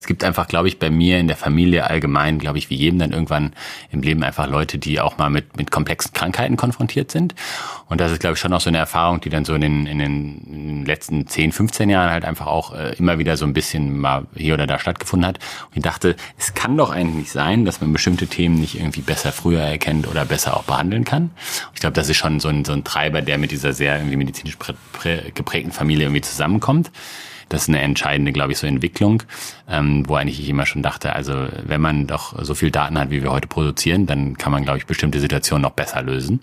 Es gibt einfach, glaube ich, bei mir in der Familie allgemein, glaube ich, wie jedem dann irgendwann im Leben einfach Leute, die auch mal mit komplexen Krankheiten konfrontiert sind. Und das ist, glaube ich, schon auch so eine Erfahrung, die dann so in den letzten 10, 15 Jahren halt einfach auch immer wieder so ein bisschen mal hier oder da stattgefunden hat. Und ich dachte, es kann doch eigentlich nicht sein, dass man bestimmte Themen nicht irgendwie besser früher erkennt oder besser auch behandeln kann. Und ich glaube, das ist schon so ein Treiber, der mit dieser sehr irgendwie medizinisch geprägten Familie irgendwie zusammenkommt. Das ist eine entscheidende, glaube ich, so Entwicklung, wo eigentlich ich immer schon dachte, also wenn man doch so viel Daten hat, wie wir heute produzieren, dann kann man, glaube ich, bestimmte Situationen noch besser lösen.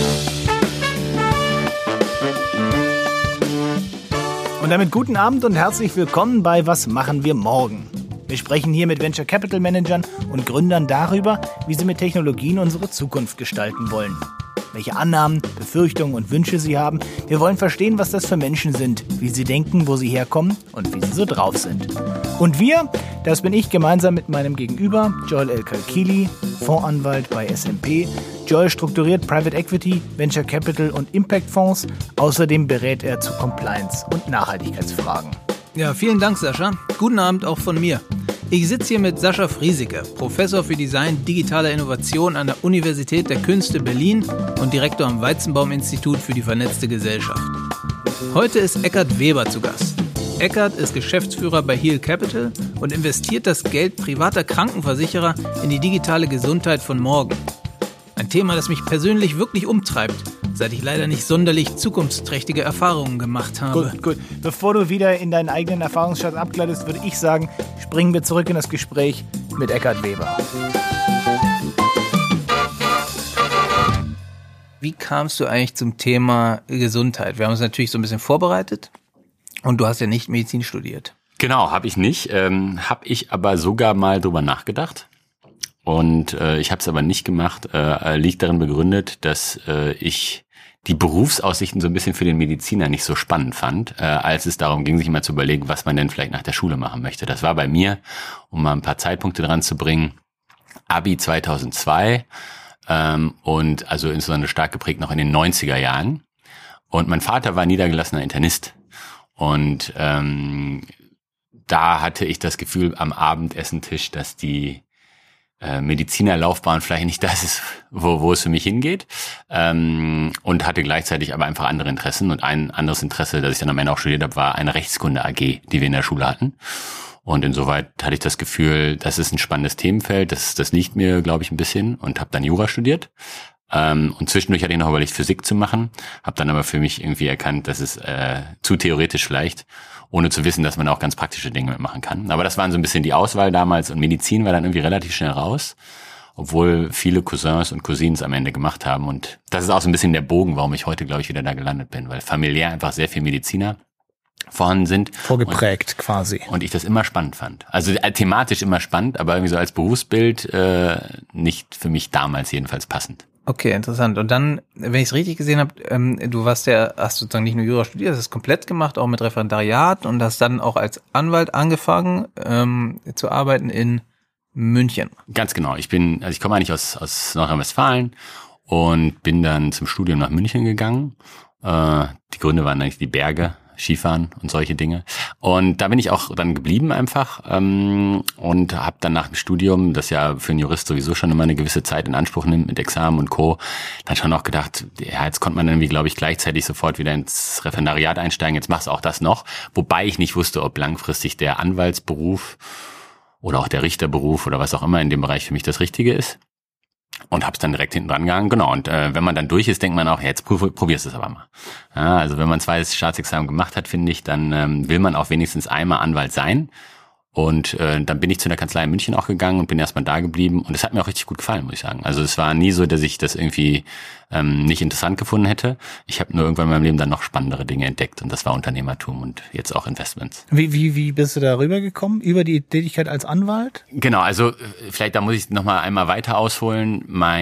Und damit guten Abend und herzlich willkommen bei Was machen wir morgen? Wir sprechen hier mit Venture Capital Managern und Gründern darüber, wie sie mit Technologien unsere Zukunft gestalten wollen. Welche Annahmen, Befürchtungen und Wünsche sie haben. Wir wollen verstehen, was das für Menschen sind, wie sie denken, wo sie herkommen und wie sie so drauf sind. Und wir, das bin ich gemeinsam mit meinem Gegenüber, Joel El-Kalkili, Fondsanwalt bei S&P. Joel strukturiert Private Equity, Venture Capital und Impact Fonds. Außerdem berät er zu Compliance und Nachhaltigkeitsfragen. Ja, vielen Dank, Sascha. Guten Abend auch von mir. Ich sitze hier mit Sascha Friesike, Professor für Design digitaler Innovation an der Universität der Künste Berlin und Direktor am Weizenbaum-Institut für die vernetzte Gesellschaft. Heute ist Eckart Weber zu Gast. Eckart ist Geschäftsführer bei Heal Capital und investiert das Geld privater Krankenversicherer in die digitale Gesundheit von morgen. Ein Thema, das mich persönlich wirklich umtreibt, seit ich leider nicht sonderlich zukunftsträchtige Erfahrungen gemacht habe. Gut. Bevor du wieder in deinen eigenen Erfahrungsschatz abgleitest, würde ich sagen, springen wir zurück in das Gespräch mit Eckart Weber. Wie kamst du eigentlich zum Thema Gesundheit? Wir haben uns natürlich so ein bisschen vorbereitet und du hast ja nicht Medizin studiert. Genau, habe ich nicht. Habe ich aber sogar mal drüber nachgedacht. Und ich habe es aber nicht gemacht, liegt darin begründet, dass ich die Berufsaussichten so ein bisschen für den Mediziner nicht so spannend fand, als es darum ging, sich mal zu überlegen, was man denn vielleicht nach der Schule machen möchte. Das war bei mir, um mal ein paar Zeitpunkte dran zu bringen, Abi 2002 und also insbesondere stark geprägt noch in den 90er Jahren. Und mein Vater war niedergelassener Internist. Und da hatte ich das Gefühl am Abendessentisch, dass die Medizinerlaufbahn vielleicht nicht das ist, wo es für mich hingeht, und hatte gleichzeitig aber einfach andere Interessen. Und ein anderes Interesse, das ich dann am Ende auch studiert habe, war eine Rechtskunde AG, die wir in der Schule hatten. Und insoweit hatte ich das Gefühl, das ist ein spannendes Themenfeld, das liegt mir, glaube ich, ein bisschen, und habe dann Jura studiert. Und zwischendurch hatte ich noch überlegt, Physik zu machen, habe dann aber für mich irgendwie erkannt, dass es zu theoretisch vielleicht, ohne zu wissen, dass man auch ganz praktische Dinge mitmachen kann. Aber das waren so ein bisschen die Auswahl damals, und Medizin war dann irgendwie relativ schnell raus, obwohl viele Cousins und Cousines am Ende gemacht haben. Und das ist auch so ein bisschen der Bogen, warum ich heute, glaube ich, wieder da gelandet bin, weil familiär einfach sehr viel Mediziner vorhanden sind. Vorgeprägt quasi. Und ich das immer spannend fand. Also thematisch immer spannend, aber irgendwie so als Berufsbild nicht für mich damals jedenfalls passend. Okay, interessant. Und dann, wenn ich es richtig gesehen habe, du hast sozusagen nicht nur Jura studiert, hast es komplett gemacht, auch mit Referendariat, und hast dann auch als Anwalt angefangen zu arbeiten in München. Ganz genau. Ich komme eigentlich aus Nordrhein-Westfalen und bin dann zum Studium nach München gegangen. Die Gründe waren eigentlich die Berge, Skifahren und solche Dinge. Und da bin ich auch dann geblieben einfach, und habe dann nach dem Studium, das ja für einen Jurist sowieso schon immer eine gewisse Zeit in Anspruch nimmt mit Examen und Co., dann schon auch gedacht, ja, jetzt konnte man irgendwie, glaube ich, gleichzeitig sofort wieder ins Referendariat einsteigen, jetzt machst du auch das noch. Wobei ich nicht wusste, ob langfristig der Anwaltsberuf oder auch der Richterberuf oder was auch immer in dem Bereich für mich das Richtige ist. Und hab's dann direkt hinten dran gegangen, genau. Und wenn man dann durch ist, denkt man auch, ja, jetzt probierst du es aber mal. Ja, also wenn man 2 Staatsexamen gemacht hat, finde ich, dann will man auch wenigstens einmal Anwalt sein. Und dann bin ich zu einer Kanzlei in München auch gegangen und bin erstmal da geblieben. Und es hat mir auch richtig gut gefallen, muss ich sagen. Also es war nie so, dass ich das irgendwie nicht interessant gefunden hätte. Ich habe nur irgendwann in meinem Leben dann noch spannendere Dinge entdeckt. Und das war Unternehmertum und jetzt auch Investments. Wie bist du da rübergekommen? Über die Tätigkeit als Anwalt? Genau, also vielleicht da muss ich noch mal einmal weiter ausholen.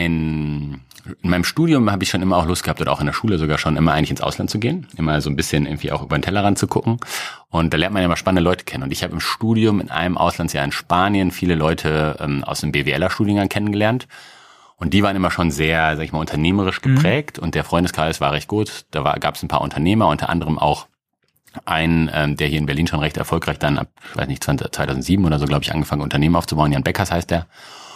In meinem Studium habe ich schon immer auch Lust gehabt, oder auch in der Schule sogar schon, immer eigentlich ins Ausland zu gehen. Immer so ein bisschen irgendwie auch über den Tellerrand zu gucken. Und da lernt man ja immer spannende Leute kennen. Und ich habe im Studium in einem Auslandsjahr in Spanien viele Leute aus dem BWLer-Studiengang kennengelernt. Und die waren immer schon sehr, sag ich mal, unternehmerisch geprägt. Und der Freundeskreis war recht gut. Da gab es ein paar Unternehmer, unter anderem auch der hier in Berlin schon recht erfolgreich dann ab, weiß nicht, 2007 oder so, glaube ich, angefangen, Unternehmen aufzubauen. Jan Beckers heißt der.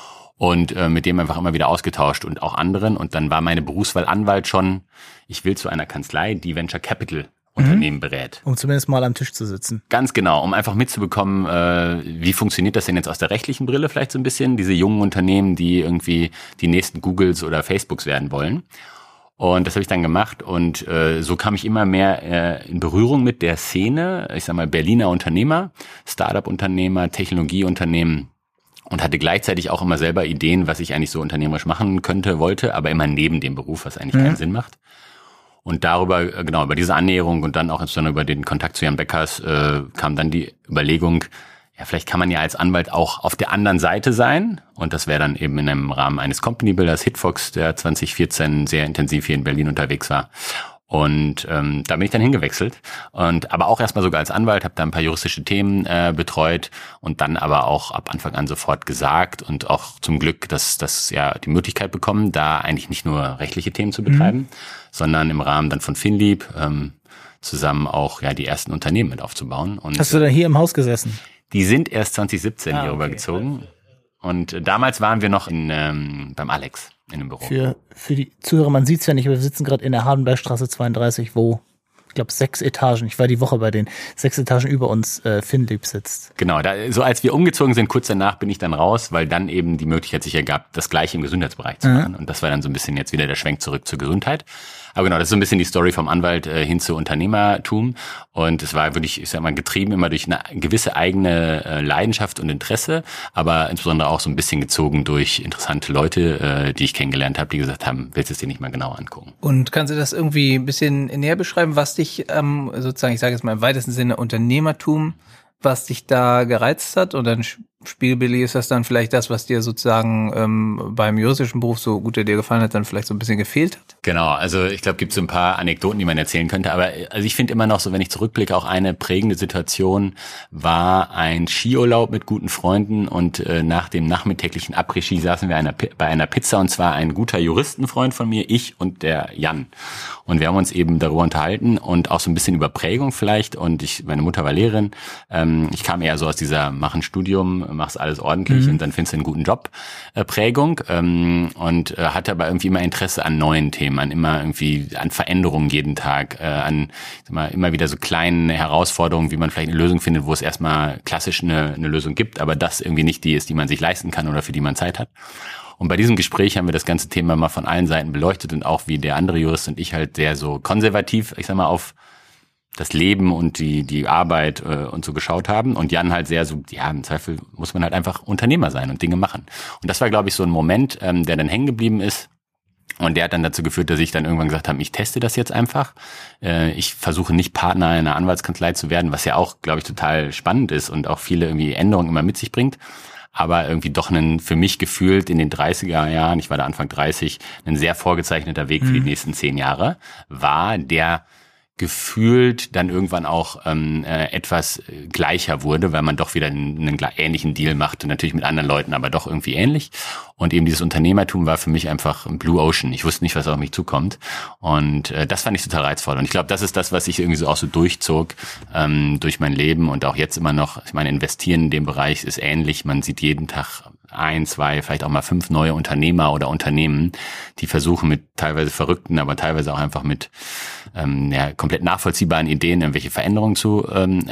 Und mit dem einfach immer wieder ausgetauscht und auch anderen. Und dann war meine Berufswahl Anwalt schon, ich will zu einer Kanzlei, die Venture Capital Unternehmen berät. Um zumindest mal am Tisch zu sitzen. Ganz genau, um einfach mitzubekommen, wie funktioniert das denn jetzt aus der rechtlichen Brille vielleicht so ein bisschen, diese jungen Unternehmen, die irgendwie die nächsten Googles oder Facebooks werden wollen. Und das habe ich dann gemacht und so kam ich immer mehr in Berührung mit der Szene, ich sag mal Berliner Unternehmer, Startup-Unternehmer, Technologieunternehmen und hatte gleichzeitig auch immer selber Ideen, was ich eigentlich so unternehmerisch machen könnte, wollte, aber immer neben dem Beruf, was eigentlich keinen Sinn macht. Und darüber, genau, über diese Annäherung und dann auch insbesondere über den Kontakt zu Jan Beckers kam dann die Überlegung, ja, vielleicht kann man ja als Anwalt auch auf der anderen Seite sein. Und das wäre dann eben in einem Rahmen eines Company-Builders, Hitfox, der 2014 sehr intensiv hier in Berlin unterwegs war. Und da bin ich dann hingewechselt. Aber auch erstmal sogar als Anwalt, habe da ein paar juristische Themen betreut und dann aber auch ab Anfang an sofort gesagt und auch zum Glück, dass das ja die Möglichkeit bekommen, da eigentlich nicht nur rechtliche Themen zu betreiben, sondern im Rahmen dann von Finlieb zusammen auch ja die ersten Unternehmen mit aufzubauen. Und hast du da hier im Haus gesessen? Die sind erst 2017 hier rübergezogen. Und damals waren wir noch beim Alex in dem Büro. Für die Zuhörer, man sieht's ja nicht, aber wir sitzen gerade in der Hardenbergstraße 32, wo, ich glaube, 6 Etagen, ich war die Woche bei den 6 Etagen über uns, Finlieb sitzt. Genau, so als wir umgezogen sind, kurz danach bin ich dann raus, weil dann eben die Möglichkeit sich ergab, das Gleiche im Gesundheitsbereich zu machen. Und das war dann so ein bisschen jetzt wieder der Schwenk zurück zur Gesundheit. Aber genau, das ist so ein bisschen die Story vom Anwalt hin zu Unternehmertum. Und es war wirklich, ich sag mal, getrieben immer durch eine gewisse eigene Leidenschaft und Interesse, aber insbesondere auch so ein bisschen gezogen durch interessante Leute, die ich kennengelernt habe, die gesagt haben, willst du es dir nicht mal genau angucken. Und kannst du das irgendwie ein bisschen näher beschreiben, was dich sozusagen, ich sage jetzt mal im weitesten Sinne Unternehmertum, was dich da gereizt hat? Und dann spiegelbildlich ist das dann vielleicht das, was dir sozusagen beim juristischen Beruf so gut, der dir gefallen hat, dann vielleicht so ein bisschen gefehlt hat? Genau, also ich glaube, gibt es so ein paar Anekdoten, die man erzählen könnte, aber also ich finde immer noch so, wenn ich zurückblicke, auch eine prägende Situation war ein Skiurlaub mit guten Freunden und nach dem nachmittäglichen Après-Ski saßen wir bei einer Pizza und zwar ein guter Juristenfreund von mir, ich und der Jan. Und wir haben uns eben darüber unterhalten und auch so ein bisschen über Prägung vielleicht und meine Mutter war Lehrerin, ich kam eher so aus dieser mach ein Studium, mach's alles ordentlich und dann findest du einen guten Job Prägung und hatte aber irgendwie immer Interesse an neuen Themen, an Veränderungen jeden Tag, an immer wieder so kleinen Herausforderungen, wie man vielleicht eine Lösung findet, wo es erstmal klassisch eine Lösung gibt, aber das irgendwie nicht die ist, die man sich leisten kann oder für die man Zeit hat. Und bei diesem Gespräch haben wir das ganze Thema mal von allen Seiten beleuchtet und auch wie der andere Jurist und ich halt sehr so konservativ, ich sag mal, auf das Leben und die Arbeit und so geschaut haben. Und Jan halt sehr so, ja, im Zweifel muss man halt einfach Unternehmer sein und Dinge machen. Und das war, glaube ich, so ein Moment, der dann hängen geblieben ist. Und der hat dann dazu geführt, dass ich dann irgendwann gesagt habe, ich teste das jetzt einfach. Ich versuche nicht Partner einer Anwaltskanzlei zu werden, was ja auch, glaube ich, total spannend ist und auch viele irgendwie Änderungen immer mit sich bringt. Aber irgendwie doch für mich gefühlt in den 30er Jahren, ich war da Anfang 30, ein sehr vorgezeichneter Weg für die nächsten 10 Jahre war, der gefühlt dann irgendwann auch etwas gleicher wurde, weil man doch wieder einen ähnlichen Deal machte, natürlich mit anderen Leuten, aber doch irgendwie ähnlich. Und eben dieses Unternehmertum war für mich einfach ein Blue Ocean. Ich wusste nicht, was auf mich zukommt. Und das fand ich total reizvoll. Und ich glaube, das ist das, was sich irgendwie so auch so durchzog durch mein Leben und auch jetzt immer noch. Ich meine, investieren in dem Bereich ist ähnlich. Man sieht jeden Tag 1, 2, vielleicht auch mal 5 neue Unternehmer oder Unternehmen, die versuchen mit teilweise verrückten, aber teilweise auch einfach mit komplett nachvollziehbaren Ideen irgendwelche Veränderungen zu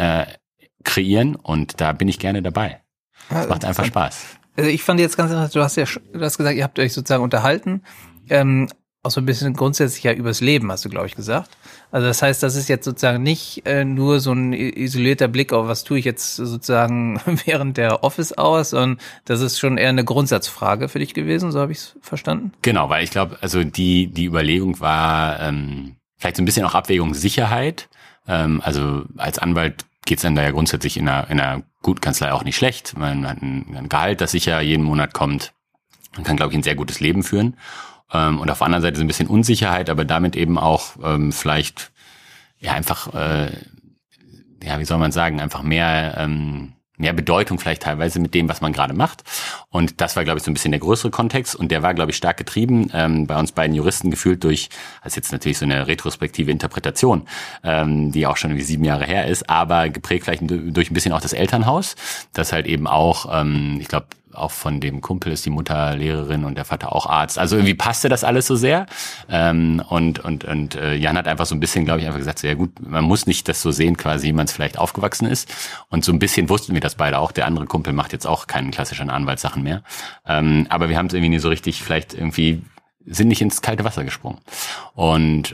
kreieren. Und da bin ich gerne dabei. Es macht einfach Spaß. Also ich fand jetzt ganz interessant, du hast gesagt, ihr habt euch sozusagen unterhalten, auch so ein bisschen grundsätzlich ja übers Leben, hast du, glaube ich, gesagt. Also das heißt, das ist jetzt sozusagen nicht nur so ein isolierter Blick auf, was tue ich jetzt sozusagen während der Office Hours, sondern das ist schon eher eine Grundsatzfrage für dich gewesen, so habe ich es verstanden? Genau, weil ich glaube, also die Überlegung war vielleicht so ein bisschen auch Abwägung Sicherheit. Also als Anwalt geht's dann da ja grundsätzlich in einer guten Kanzlei auch nicht schlecht. Man hat ein Gehalt, das sicher jeden Monat kommt. Man kann, glaube ich, ein sehr gutes Leben führen. Und auf der anderen Seite so ein bisschen Unsicherheit, aber damit eben auch vielleicht ja einfach, wie soll man sagen, einfach mehr mehr Bedeutung vielleicht teilweise mit dem, was man gerade macht. Und das war, glaube ich, so ein bisschen der größere Kontext. Und der war, glaube ich, stark getrieben, bei uns beiden Juristen gefühlt durch, das ist jetzt natürlich so eine retrospektive Interpretation, die auch schon irgendwie 7 Jahre her ist, aber geprägt vielleicht durch ein bisschen auch das Elternhaus, das halt eben auch, ich glaube, auch von dem Kumpel ist die Mutter Lehrerin und der Vater auch Arzt. Also irgendwie passte das alles so sehr. Und Jan hat einfach so ein bisschen, glaube ich, einfach gesagt, so, ja gut, man muss nicht das so sehen, quasi, wie man es vielleicht aufgewachsen ist. Und so ein bisschen wussten wir das beide auch. Der andere Kumpel macht jetzt auch keinen klassischen Anwaltssachen mehr. Aber wir haben es irgendwie nie so richtig, vielleicht irgendwie, sind nicht ins kalte Wasser gesprungen. Und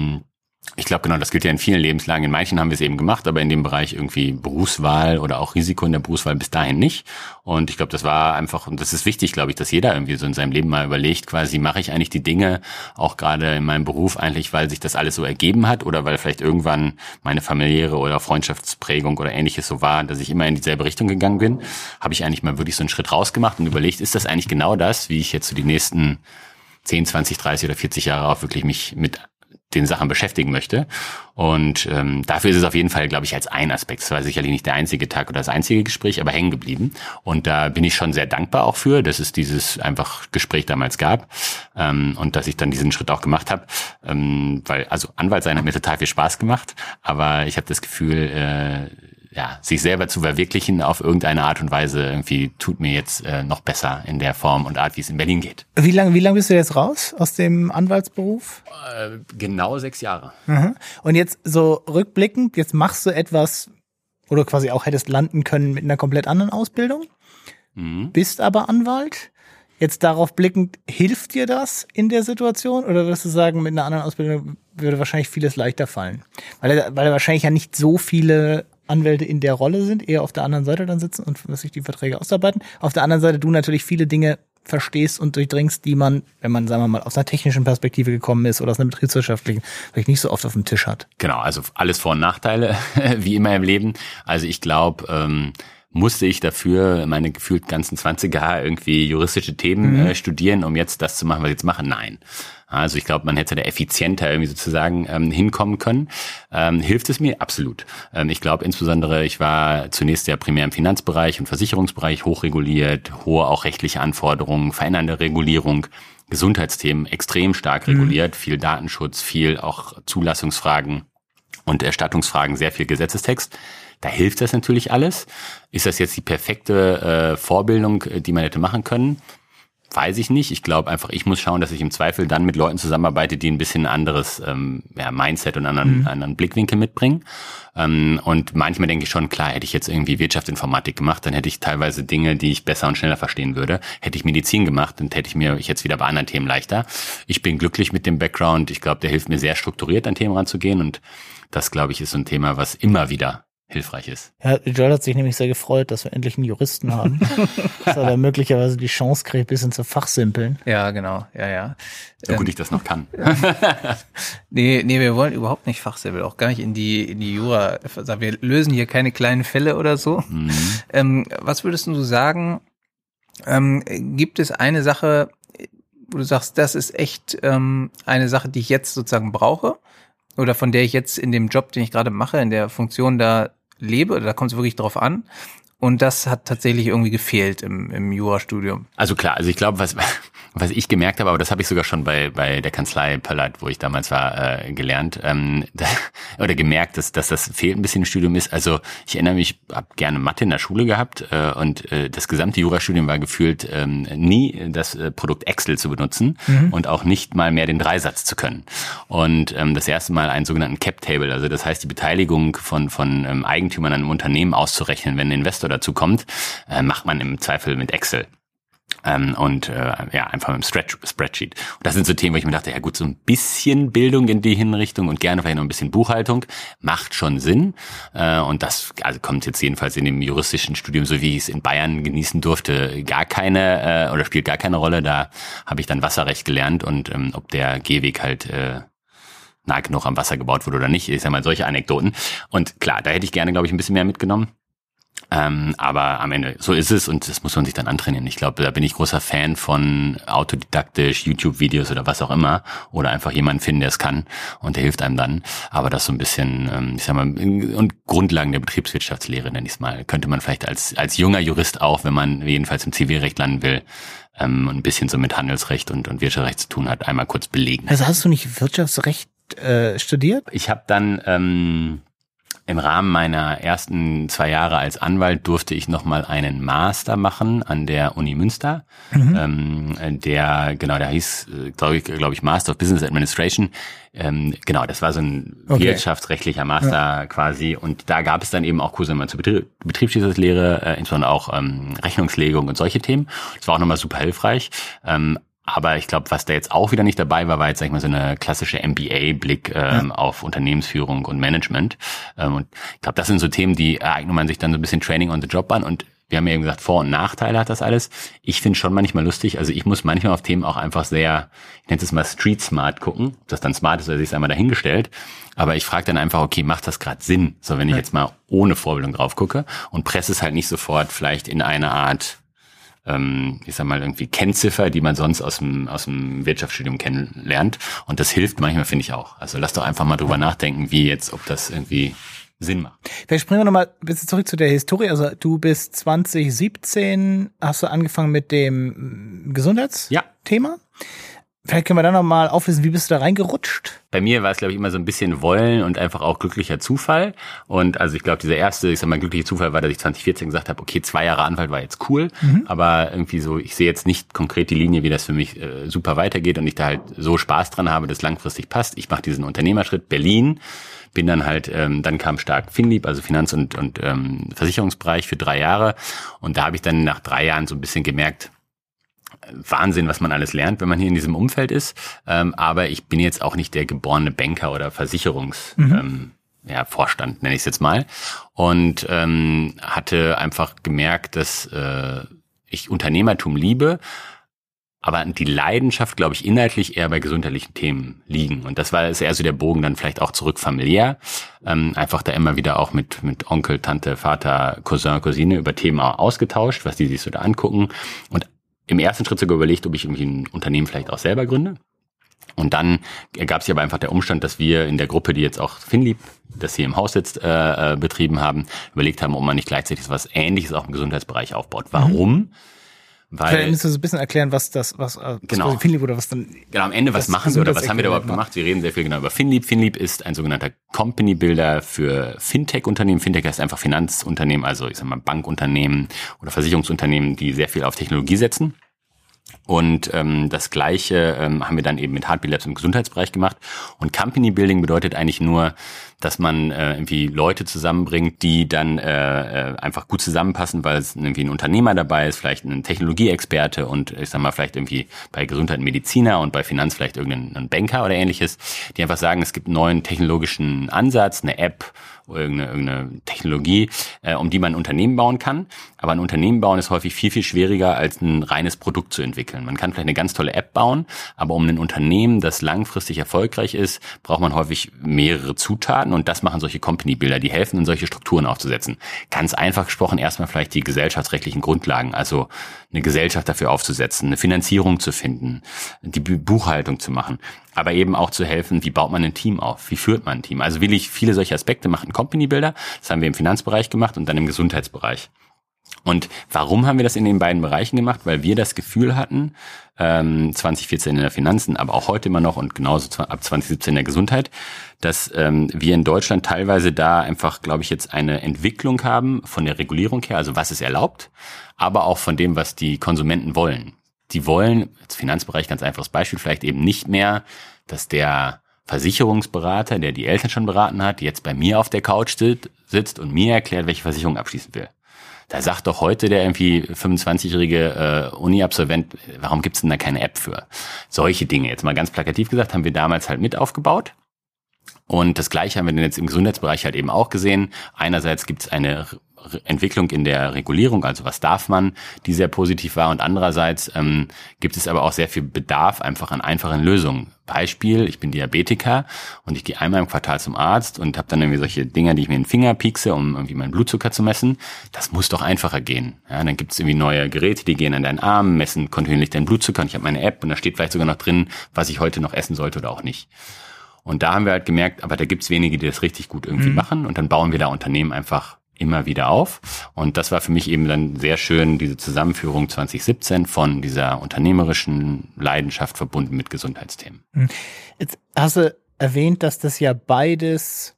ich glaube, genau, das gilt ja in vielen Lebenslagen. In manchen haben wir es eben gemacht, aber in dem Bereich irgendwie Berufswahl oder auch Risiko in der Berufswahl bis dahin nicht. Und ich glaube, das war einfach, und das ist wichtig, glaube ich, dass jeder irgendwie so in seinem Leben mal überlegt, quasi, mache ich eigentlich die Dinge, auch gerade in meinem Beruf eigentlich, weil sich das alles so ergeben hat oder weil vielleicht irgendwann meine familiäre oder Freundschaftsprägung oder ähnliches so war, dass ich immer in dieselbe Richtung gegangen bin. Habe ich eigentlich mal wirklich so einen Schritt rausgemacht und überlegt, ist das eigentlich genau das, wie ich jetzt so die nächsten 10, 20, 30 oder 40 Jahre auch wirklich mich mit den Sachen beschäftigen möchte. Und dafür ist es auf jeden Fall, glaube ich, als ein Aspekt. Es war sicherlich nicht der einzige Tag oder das einzige Gespräch, aber hängen geblieben. Und da bin ich schon sehr dankbar auch für, dass es dieses einfach Gespräch damals gab und dass ich dann diesen Schritt auch gemacht habe. Weil, also Anwalt sein hat mir total viel Spaß gemacht, aber ich habe das Gefühl, sich selber zu verwirklichen auf irgendeine Art und Weise irgendwie tut mir jetzt noch besser in der Form und Art, wie es in Berlin geht. Wie lang bist du jetzt raus aus dem Anwaltsberuf? Genau 6 Jahre. Mhm. Und jetzt so rückblickend, jetzt machst du etwas, wo du quasi auch hättest landen können mit einer komplett anderen Ausbildung, bist aber Anwalt. Jetzt darauf blickend, hilft dir das in der Situation? Oder würdest du sagen, mit einer anderen Ausbildung würde wahrscheinlich vieles leichter fallen? Weil wahrscheinlich ja nicht so viele Anwälte in der Rolle sind, eher auf der anderen Seite dann sitzen und sich die Verträge ausarbeiten. Auf der anderen Seite du natürlich viele Dinge verstehst und durchdringst, die man, wenn man, sagen wir mal, aus einer technischen Perspektive gekommen ist oder aus einer betriebswirtschaftlichen, vielleicht nicht so oft auf dem Tisch hat. Genau, also alles Vor- und Nachteile, wie immer im Leben. Also ich glaube, musste ich dafür meine gefühlt ganzen 20 Jahre irgendwie juristische Themen studieren, um jetzt das zu machen, was ich jetzt mache? Nein. Also ich glaube, man hätte da effizienter irgendwie sozusagen hinkommen können. Hilft es mir? Absolut. Ich glaube insbesondere, ich war zunächst ja primär im Finanzbereich und Versicherungsbereich hochreguliert, hohe auch rechtliche Anforderungen, verändernde Regulierung, Gesundheitsthemen extrem stark reguliert, viel Datenschutz, viel auch Zulassungsfragen und Erstattungsfragen, sehr viel Gesetzestext. Da hilft das natürlich alles. Ist das jetzt die perfekte Vorbildung, die man hätte machen können? Weiß ich nicht. Ich glaube einfach, ich muss schauen, dass ich im Zweifel dann mit Leuten zusammenarbeite, die ein bisschen ein anderes Mindset und anderen Blickwinkel mitbringen. Und manchmal denke ich schon, klar, hätte ich jetzt irgendwie Wirtschaftsinformatik gemacht, dann hätte ich teilweise Dinge, die ich besser und schneller verstehen würde. Hätte ich Medizin gemacht, dann hätte ich mir jetzt wieder bei anderen Themen leichter. Ich bin glücklich mit dem Background. Ich glaube, der hilft mir sehr strukturiert an Themen ranzugehen. Und das, glaube ich, ist so ein Thema, was immer wieder hilfreich ist. Ja, Joel hat sich nämlich sehr gefreut, dass wir endlich einen Juristen haben. Dass er da möglicherweise die Chance kriegt, ein bisschen zu fachsimpeln. Ja, genau. Ja. So gut ich das noch kann. Nee, wir wollen überhaupt nicht fachsimpeln, auch gar nicht in die Jura. Wir lösen hier keine kleinen Fälle oder so. Was würdest du sagen, gibt es eine Sache, wo du sagst, das ist echt eine Sache, die ich jetzt sozusagen brauche? Oder von der ich jetzt in dem Job, den ich gerade mache, in der Funktion da lebe, da kommt es wirklich drauf an. Und das hat tatsächlich irgendwie gefehlt im Jurastudium. Also klar, also ich glaube, was ich gemerkt habe, aber das habe ich sogar schon bei der Kanzlei Pöllert, wo ich damals war, gelernt oder gemerkt, dass das fehlt ein bisschen im Studium ist. Also ich erinnere mich, habe gerne Mathe in der Schule gehabt und das gesamte Jurastudium war gefühlt nie das Produkt Excel zu benutzen und auch nicht mal mehr den Dreisatz zu können. Und das erste Mal einen sogenannten Cap Table, also das heißt die Beteiligung von Eigentümern an einem Unternehmen auszurechnen, wenn ein Investor dazu kommt, macht man im Zweifel mit Excel. Einfach mit dem Spreadsheet. Und das sind so Themen, wo ich mir dachte, ja gut, so ein bisschen Bildung in die Hinrichtung und gerne vielleicht noch ein bisschen Buchhaltung macht schon Sinn. Und das kommt jetzt jedenfalls in dem juristischen Studium, so wie ich es in Bayern genießen durfte, gar keine oder spielt gar keine Rolle. Da habe ich dann Wasserrecht gelernt und ob der Gehweg halt nah genug am Wasser gebaut wurde oder nicht, ist ja mal solche Anekdoten. Und klar, da hätte ich gerne, glaube ich, ein bisschen mehr mitgenommen. Aber am Ende, so ist es und das muss man sich dann antrainieren. Ich glaube, da bin ich großer Fan von autodidaktisch, YouTube-Videos oder was auch immer oder einfach jemanden finden, der es kann und der hilft einem dann. Aber das so ein bisschen, ich sag mal, und Grundlagen der Betriebswirtschaftslehre, nenne ich es mal, könnte man vielleicht als junger Jurist auch, wenn man jedenfalls im Zivilrecht landen will, ein bisschen so mit Handelsrecht und Wirtschaftsrecht zu tun hat, einmal kurz belegen. Also hast du nicht Wirtschaftsrecht studiert? Ich habe dann im Rahmen meiner ersten 2 Jahre als Anwalt durfte ich nochmal einen Master machen an der Uni Münster. Der hieß, glaube ich, Master of Business Administration. Das war so ein wirtschaftsrechtlicher Master quasi. Und da gab es dann eben auch Kurse zur Betriebswirtschaftslehre, insbesondere auch Rechnungslegung und solche Themen. Das war auch nochmal super hilfreich. Aber ich glaube, was da jetzt auch wieder nicht dabei war, jetzt, sag ich mal, so eine klassische MBA-Blick auf Unternehmensführung und Management. Und ich glaube, das sind so Themen, die eignet man sich dann so ein bisschen Training on the Job an. Und wir haben ja eben gesagt, Vor- und Nachteile hat das alles. Ich finde schon manchmal lustig. Also ich muss manchmal auf Themen auch einfach sehr, ich nenne es mal Street Smart gucken. Ob das dann smart ist, oder sich einmal dahingestellt. Aber ich frage dann einfach, okay, macht das gerade Sinn? So, wenn ich jetzt mal ohne Vorbildung drauf gucke und presse es halt nicht sofort vielleicht in eine Art, ich sag mal, irgendwie Kennziffer, die man sonst aus dem Wirtschaftsstudium kennenlernt. Und das hilft manchmal, finde ich auch. Also lass doch einfach mal drüber nachdenken, ob das irgendwie Sinn macht. Vielleicht springen wir nochmal ein bisschen zurück zu der Historie. Also du bist 2017, hast du angefangen mit dem Gesundheitsthema? Vielleicht können wir da nochmal auflösen, wie bist du da reingerutscht? Bei mir war es, glaube ich, immer so ein bisschen Wollen und einfach auch glücklicher Zufall. Und also ich glaube, dieser erste, glückliche Zufall war, dass ich 2014 gesagt habe, okay, 2 Jahre Anwalt war jetzt cool, aber irgendwie so, ich sehe jetzt nicht konkret die Linie, wie das für mich super weitergeht und ich da halt so Spaß dran habe, dass langfristig passt. Ich mache diesen Unternehmerschritt Berlin, bin dann halt, dann kam stark FinLeap, also Finanz- und Versicherungsbereich für 3 Jahre. Und da habe ich dann nach 3 Jahren so ein bisschen gemerkt, Wahnsinn, was man alles lernt, wenn man hier in diesem Umfeld ist. Aber ich bin jetzt auch nicht der geborene Banker oder Vorstand, nenne ich es jetzt mal. Und hatte einfach gemerkt, dass ich Unternehmertum liebe, aber die Leidenschaft, glaube ich, inhaltlich eher bei gesundheitlichen Themen liegen. Und das war eher so der Bogen dann vielleicht auch zurück familiär. Einfach da immer wieder auch mit Onkel, Tante, Vater, Cousin, Cousine über Themen auch ausgetauscht, was die sich so da angucken. Und im ersten Schritt sogar überlegt, ob ich irgendwie ein Unternehmen vielleicht auch selber gründe. Und dann ergab sich aber einfach der Umstand, dass wir in der Gruppe, die jetzt auch FinLeap, das hier im Haus sitzt, betrieben haben, überlegt haben, ob man nicht gleichzeitig was Ähnliches auch im Gesundheitsbereich aufbaut. Warum? Weil, vielleicht müsst du so ein bisschen erklären, was FinLeap oder was dann... Genau, am Ende, was machen wir oder was haben wir da überhaupt gemacht? Wir reden sehr viel über FinLeap. FinLeap ist ein sogenannter Company Builder für Fintech-Unternehmen. Fintech heißt einfach Finanzunternehmen, also ich sag mal Bankunternehmen oder Versicherungsunternehmen, die sehr viel auf Technologie setzen. Und das Gleiche haben wir dann eben mit Heartbeat Labs im Gesundheitsbereich gemacht. Und Company Building bedeutet eigentlich nur, dass man irgendwie Leute zusammenbringt, die dann einfach gut zusammenpassen, weil es irgendwie ein Unternehmer dabei ist, vielleicht ein Technologieexperte und ich sag mal vielleicht irgendwie bei Gesundheit ein Mediziner und bei Finanz vielleicht irgendein Banker oder ähnliches, die einfach sagen, es gibt einen neuen technologischen Ansatz, eine App, irgendeine Technologie, um die man ein Unternehmen bauen kann. Aber ein Unternehmen bauen ist häufig viel, viel schwieriger, als ein reines Produkt zu entwickeln. Man kann vielleicht eine ganz tolle App bauen, aber um ein Unternehmen, das langfristig erfolgreich ist, braucht man häufig mehrere Zutaten und das machen solche Company-Builder, die helfen, solche Strukturen aufzusetzen. Ganz einfach gesprochen erstmal vielleicht die gesellschaftsrechtlichen Grundlagen, also eine Gesellschaft dafür aufzusetzen, eine Finanzierung zu finden, die Buchhaltung zu machen, aber eben auch zu helfen, wie baut man ein Team auf, wie führt man ein Team. Also wirklich viele solche Aspekte macht ein Company Builder. Das haben wir im Finanzbereich gemacht und dann im Gesundheitsbereich. Und warum haben wir das in den beiden Bereichen gemacht? Weil wir das Gefühl hatten, 2014 in der Finanzen, aber auch heute immer noch und genauso ab 2017 in der Gesundheit, dass wir in Deutschland teilweise da einfach, glaube ich, jetzt eine Entwicklung haben von der Regulierung her, also was ist erlaubt, aber auch von dem, was die Konsumenten wollen. Die wollen, als Finanzbereich ganz einfaches Beispiel, vielleicht eben nicht mehr, dass der Versicherungsberater, der die Eltern schon beraten hat, jetzt bei mir auf der Couch sitzt und mir erklärt, welche Versicherung abschließen will. Da sagt doch heute der irgendwie 25-jährige Uni-Absolvent, warum gibt's denn da keine App für? Solche Dinge, jetzt mal ganz plakativ gesagt, haben wir damals halt mit aufgebaut. Und das Gleiche haben wir denn jetzt im Gesundheitsbereich halt eben auch gesehen. Einerseits gibt's eine Entwicklung in der Regulierung, also was darf man, die sehr positiv war. Und andererseits gibt es aber auch sehr viel Bedarf einfach an einfachen Lösungen. Beispiel, ich bin Diabetiker und ich gehe einmal im Quartal zum Arzt und habe dann irgendwie solche Dinger, die ich mir in den Finger piekse, um irgendwie meinen Blutzucker zu messen. Das muss doch einfacher gehen. Ja, dann gibt es irgendwie neue Geräte, die gehen an deinen Arm, messen kontinuierlich deinen Blutzucker und ich habe meine App und da steht vielleicht sogar noch drin, was ich heute noch essen sollte oder auch nicht. Und da haben wir halt gemerkt, aber da gibt's wenige, die das richtig gut irgendwie machen und dann bauen wir da Unternehmen einfach immer wieder auf. Und das war für mich eben dann sehr schön, diese Zusammenführung 2017 von dieser unternehmerischen Leidenschaft verbunden mit Gesundheitsthemen. Jetzt hast du erwähnt, dass das ja beides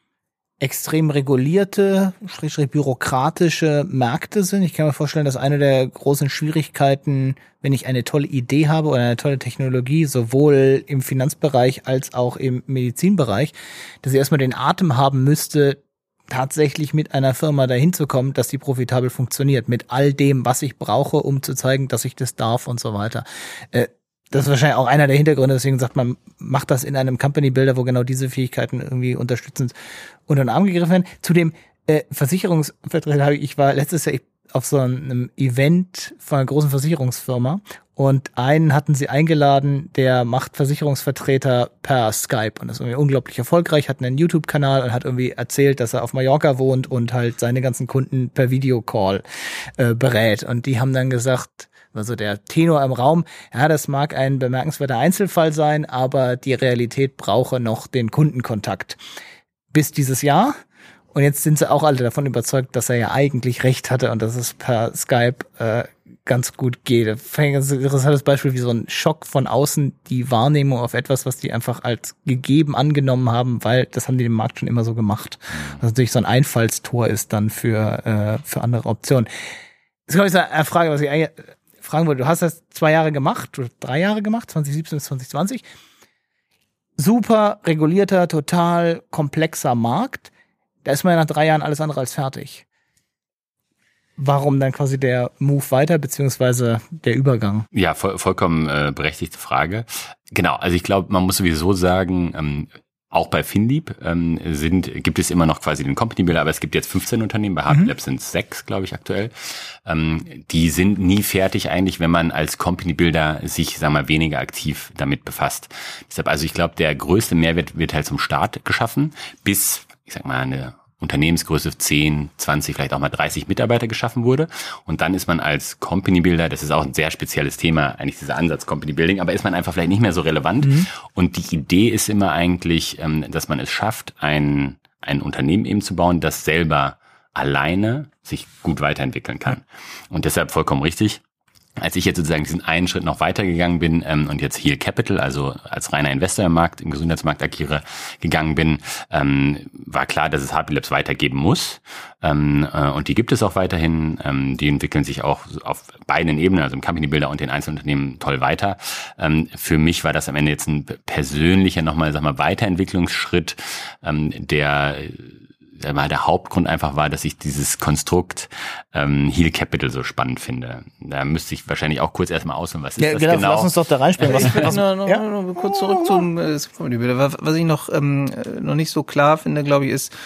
extrem regulierte, bürokratische Märkte sind. Ich kann mir vorstellen, dass eine der großen Schwierigkeiten, wenn ich eine tolle Idee habe oder eine tolle Technologie, sowohl im Finanzbereich als auch im Medizinbereich, dass ich erstmal den Atem haben müsste, tatsächlich mit einer Firma dahin zu kommen, dass die profitabel funktioniert, mit all dem, was ich brauche, um zu zeigen, dass ich das darf und so weiter. Das ist wahrscheinlich auch einer der Hintergründe, deswegen sagt man, macht das in einem Company Builder, wo genau diese Fähigkeiten irgendwie unterstützend unter den Arm gegriffen werden. Zu dem Versicherungsvertreter ich war letztes Jahr auf so einem Event von einer großen Versicherungsfirma und einen hatten sie eingeladen, der macht Versicherungsvertreter per Skype und ist irgendwie unglaublich erfolgreich, hat einen YouTube-Kanal und hat irgendwie erzählt, dass er auf Mallorca wohnt und halt seine ganzen Kunden per Videocall berät. Und die haben dann gesagt, also der Tenor im Raum, ja, das mag ein bemerkenswerter Einzelfall sein, aber die Realität brauche noch den Kundenkontakt. Bis dieses Jahr. Und jetzt sind sie auch alle davon überzeugt, dass er ja eigentlich recht hatte und dass es per Skype ganz gut geht. Das ist ein ganz interessantes Beispiel, wie so ein Schock von außen die Wahrnehmung auf etwas, was die einfach als gegeben angenommen haben, weil das haben die im Markt schon immer so gemacht. Was natürlich so ein Einfallstor ist dann für andere Optionen. Das ist, glaube ich, eine Frage, was ich eigentlich fragen wollte. Du hast das 2 Jahre gemacht, oder 3 Jahre gemacht, 2017 bis 2020. Super regulierter, total komplexer Markt. Da ist man ja nach 3 Jahren alles andere als fertig. Warum dann quasi der Move weiter, beziehungsweise der Übergang? Ja, vollkommen berechtigte Frage. Genau, also ich glaube, man muss sowieso sagen, auch bei Finlieb gibt es immer noch quasi den Company Builder, aber es gibt jetzt 15 Unternehmen, bei Happy Labs sind es 6, glaube ich, aktuell. Die sind nie fertig eigentlich, wenn man als Company Builder sich, sagen wir mal, weniger aktiv damit befasst. Deshalb, also ich glaube, der größte Mehrwert wird halt zum Start geschaffen, bis, ich sag mal, eine Unternehmensgröße 10, 20, vielleicht auch mal 30 Mitarbeiter geschaffen wurde. Und dann ist man als Company Builder, das ist auch ein sehr spezielles Thema, eigentlich dieser Ansatz Company Building, aber ist man einfach vielleicht nicht mehr so relevant. Und die Idee ist immer eigentlich, dass man es schafft, ein Unternehmen eben zu bauen, das selber alleine sich gut weiterentwickeln kann. Und deshalb vollkommen richtig. Als ich jetzt sozusagen diesen einen Schritt noch weitergegangen bin und jetzt Heal Capital, also als reiner Investor im Markt, im Gesundheitsmarkt agiere, gegangen bin, war klar, dass es Happy Labs weitergeben muss. Und die gibt es auch weiterhin. Die entwickeln sich auch auf beiden Ebenen, also im Company Builder und den Einzelunternehmen, toll weiter. Für mich war das am Ende jetzt ein persönlicher nochmal, sag mal, Weiterentwicklungsschritt, der Hauptgrund einfach war, dass ich dieses Konstrukt Heal Capital so spannend finde. Da müsste ich wahrscheinlich auch kurz erstmal ausholen, was ist das genau? Lass uns doch da reinspielen. Ich will noch kurz zurück zum Company Builder. Was ich noch nicht so klar finde, glaube ich, ist,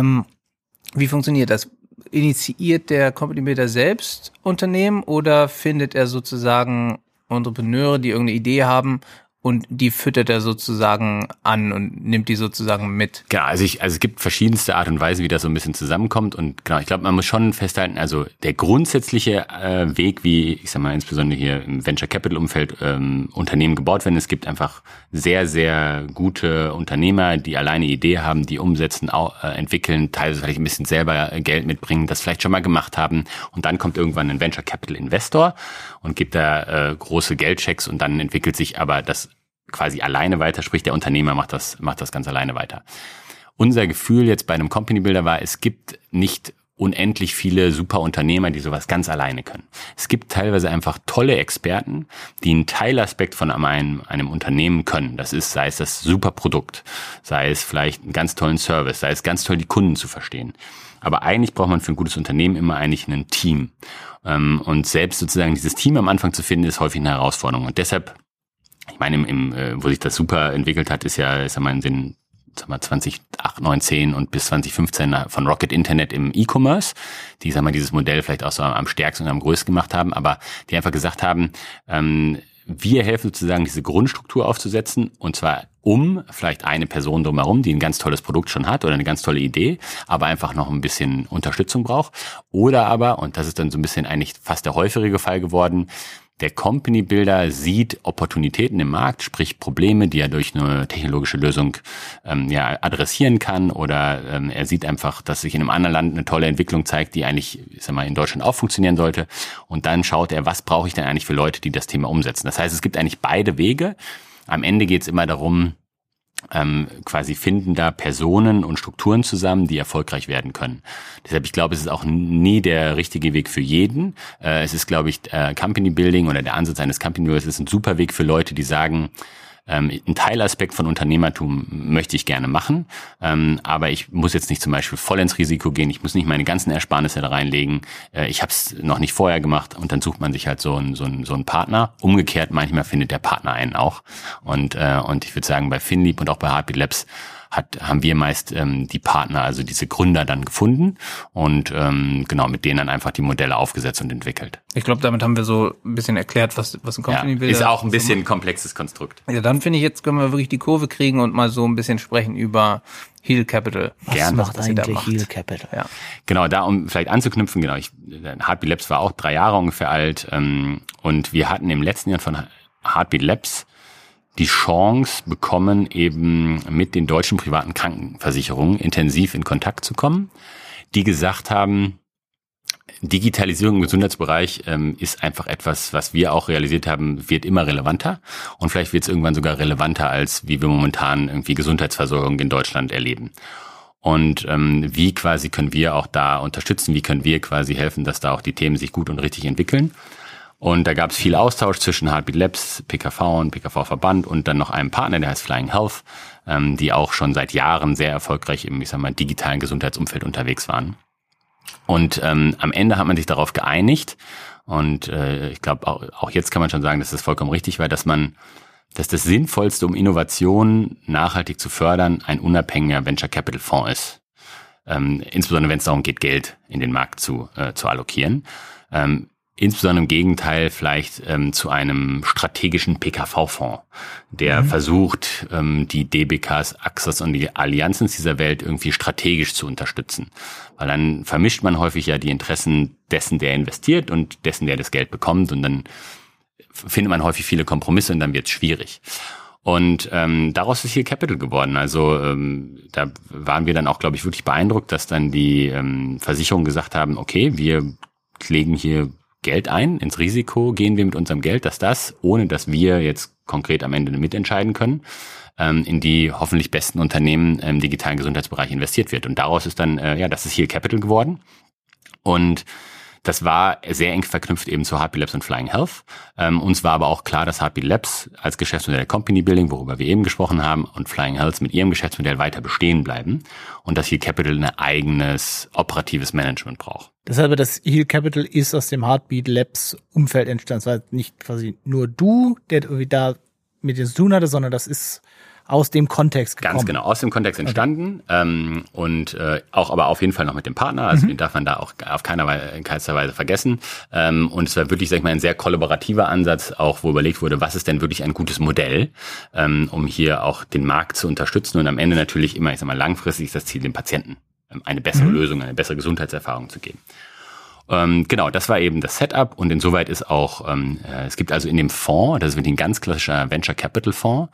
wie funktioniert das? Initiiert der Company Builder selbst Unternehmen oder findet er sozusagen Entrepreneure, die irgendeine Idee haben, und die füttert er sozusagen an und nimmt die sozusagen mit? Genau, also es gibt verschiedenste Art und Weise, wie das so ein bisschen zusammenkommt. Und genau, ich glaube, man muss schon festhalten, also der grundsätzliche Weg, wie, ich sag mal, insbesondere hier im Venture Capital Umfeld Unternehmen gebaut werden. Es gibt einfach sehr, sehr gute Unternehmer, die alleine Idee haben, die umsetzen, entwickeln, teilweise vielleicht ein bisschen selber Geld mitbringen, das vielleicht schon mal gemacht haben. Und dann kommt irgendwann ein Venture Capital Investor und gibt da große Geldchecks und dann entwickelt sich aber das quasi alleine weiter, sprich der Unternehmer macht das ganz alleine weiter. Unser Gefühl jetzt bei einem Company Builder war, es gibt nicht unendlich viele super Unternehmer, die sowas ganz alleine können. Es gibt teilweise einfach tolle Experten, die einen Teilaspekt von einem Unternehmen können. Das ist, sei es das super Produkt, sei es vielleicht einen ganz tollen Service, sei es ganz toll, die Kunden zu verstehen. Aber eigentlich braucht man für ein gutes Unternehmen immer eigentlich ein Team. Und selbst sozusagen dieses Team am Anfang zu finden, ist häufig eine Herausforderung. Und deshalb, ich meine, wo sich das super entwickelt hat, ist ja, in den 2019 und bis 2015 von Rocket Internet im E-Commerce, die, dieses Modell vielleicht auch so am stärksten und am größten gemacht haben, aber die einfach gesagt haben, wir helfen sozusagen, diese Grundstruktur aufzusetzen, und zwar um vielleicht eine Person drumherum, die ein ganz tolles Produkt schon hat oder eine ganz tolle Idee, aber einfach noch ein bisschen Unterstützung braucht. Oder aber, und das ist dann so ein bisschen eigentlich fast der häufigere Fall geworden, der Company Builder sieht Opportunitäten im Markt, sprich Probleme, die er durch eine technologische Lösung adressieren kann, oder er sieht einfach, dass sich in einem anderen Land eine tolle Entwicklung zeigt, die eigentlich, in Deutschland auch funktionieren sollte, und dann schaut er, was brauche ich denn eigentlich für Leute, die das Thema umsetzen. Das heißt, es gibt eigentlich beide Wege. Am Ende geht es immer darum, quasi finden da Personen und Strukturen zusammen, die erfolgreich werden können. Deshalb, ich glaube, es ist auch nie der richtige Weg für jeden. Es ist, glaube ich, Company Building oder der Ansatz eines Company Builders ist ein super Weg für Leute, die sagen, einen Teilaspekt von Unternehmertum möchte ich gerne machen, aber ich muss jetzt nicht zum Beispiel voll ins Risiko gehen, ich muss nicht meine ganzen Ersparnisse da reinlegen, ich habe es noch nicht vorher gemacht, und dann sucht man sich halt so einen Partner. Umgekehrt, manchmal findet der Partner einen auch, und ich würde sagen, bei Finlieb und auch bei Heartbeat Labs haben wir meist die Partner, also diese Gründer dann gefunden und mit denen dann einfach die Modelle aufgesetzt und entwickelt. Ich glaube, damit haben wir so ein bisschen erklärt, was ein Company Builder ist auch ein bisschen komplexes Konstrukt. Ja, dann finde ich, jetzt können wir wirklich die Kurve kriegen und mal so ein bisschen sprechen über Heal Capital. Was macht eigentlich Heal Capital? Ja. Genau, da um vielleicht anzuknüpfen, Heartbeat Labs war auch 3 Jahre ungefähr alt, und wir hatten im letzten Jahr von Heartbeat Labs die Chance bekommen, eben mit den deutschen privaten Krankenversicherungen intensiv in Kontakt zu kommen, die gesagt haben, Digitalisierung im Gesundheitsbereich ist einfach etwas, was wir auch realisiert haben, wird immer relevanter, und vielleicht wird es irgendwann sogar relevanter, als wie wir momentan irgendwie Gesundheitsversorgung in Deutschland erleben. Und wie quasi können wir auch da unterstützen, wie können wir quasi helfen, dass da auch die Themen sich gut und richtig entwickeln. Und da gab es viel Austausch zwischen Heartbeat Labs, PKV und PKV-Verband und dann noch einem Partner, der heißt Flying Health, die auch schon seit Jahren sehr erfolgreich im, digitalen Gesundheitsumfeld unterwegs waren. Und am Ende hat man sich darauf geeinigt, und ich glaube, auch jetzt kann man schon sagen, dass das vollkommen richtig war, dass das Sinnvollste, um Innovation nachhaltig zu fördern, ein unabhängiger Venture Capital Fonds ist. Insbesondere wenn es darum geht, Geld in den Markt zu allokieren. Insbesondere im Gegenteil vielleicht zu einem strategischen PKV-Fonds, der versucht, die DBKs, Axos und die Allianzen dieser Welt irgendwie strategisch zu unterstützen. Weil dann vermischt man häufig ja die Interessen dessen, der investiert, und dessen, der das Geld bekommt, und dann findet man häufig viele Kompromisse, und dann wird es schwierig. Und daraus ist Heal Capital geworden. Also da waren wir dann auch, glaube ich, wirklich beeindruckt, dass dann die Versicherungen gesagt haben, okay, wir legen hier Geld ein, ins Risiko gehen wir mit unserem Geld, dass das, ohne dass wir jetzt konkret am Ende mitentscheiden können, in die hoffentlich besten Unternehmen im digitalen Gesundheitsbereich investiert wird. Und daraus ist dann, das ist Heal Capital geworden. Und das war sehr eng verknüpft eben zu Heartbeat Labs und Flying Health. Uns war aber auch klar, dass Heartbeat Labs als Geschäftsmodell Company Building, worüber wir eben gesprochen haben, und Flying Health mit ihrem Geschäftsmodell weiter bestehen bleiben, und dass Heal Capital ein eigenes operatives Management braucht. Deshalb, das Heal Capital ist aus dem Heartbeat Labs Umfeld entstanden. Es war nicht quasi nur du, der irgendwie da mit dir zu tun hatte, sondern das ist aus dem Kontext gekommen. Ganz genau, aus dem Kontext entstanden, und auch aber auf jeden Fall noch mit dem Partner, also den darf man da auch auf keiner Weise vergessen, und es war wirklich, ein sehr kollaborativer Ansatz, auch wo überlegt wurde, was ist denn wirklich ein gutes Modell, um hier auch den Markt zu unterstützen, und am Ende natürlich immer, langfristig ist das Ziel, dem Patienten eine bessere Lösung, eine bessere Gesundheitserfahrung zu geben. Genau, das war eben das Setup, und insoweit ist auch, es gibt also in dem Fonds, das ist wirklich ein ganz klassischer Venture Capital Fonds,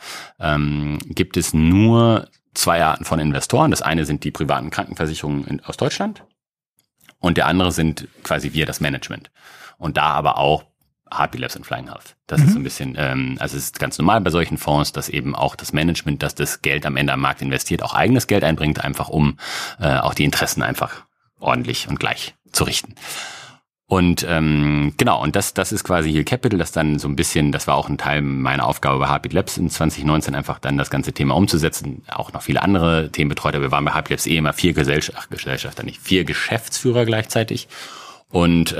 gibt es nur 2 Arten von Investoren. Das eine sind die privaten Krankenversicherungen aus Deutschland, und der andere sind quasi wir, das Management. Und da aber auch Heartbeat Labs und Flying Health. Das ist so ein bisschen, also es ist ganz normal bei solchen Fonds, dass eben auch das Management, das das Geld am Ende am Markt investiert, auch eigenes Geld einbringt, einfach um auch die Interessen einfach ordentlich und gleich zu richten. Und genau, und das ist quasi Heal Capital, das dann so ein bisschen, das war auch ein Teil meiner Aufgabe bei Heartbeat Labs in 2019, einfach dann das ganze Thema umzusetzen, auch noch viele andere Themen betreut, aber wir waren bei Heartbeat Labs immer 4 Geschäftsführer gleichzeitig. Und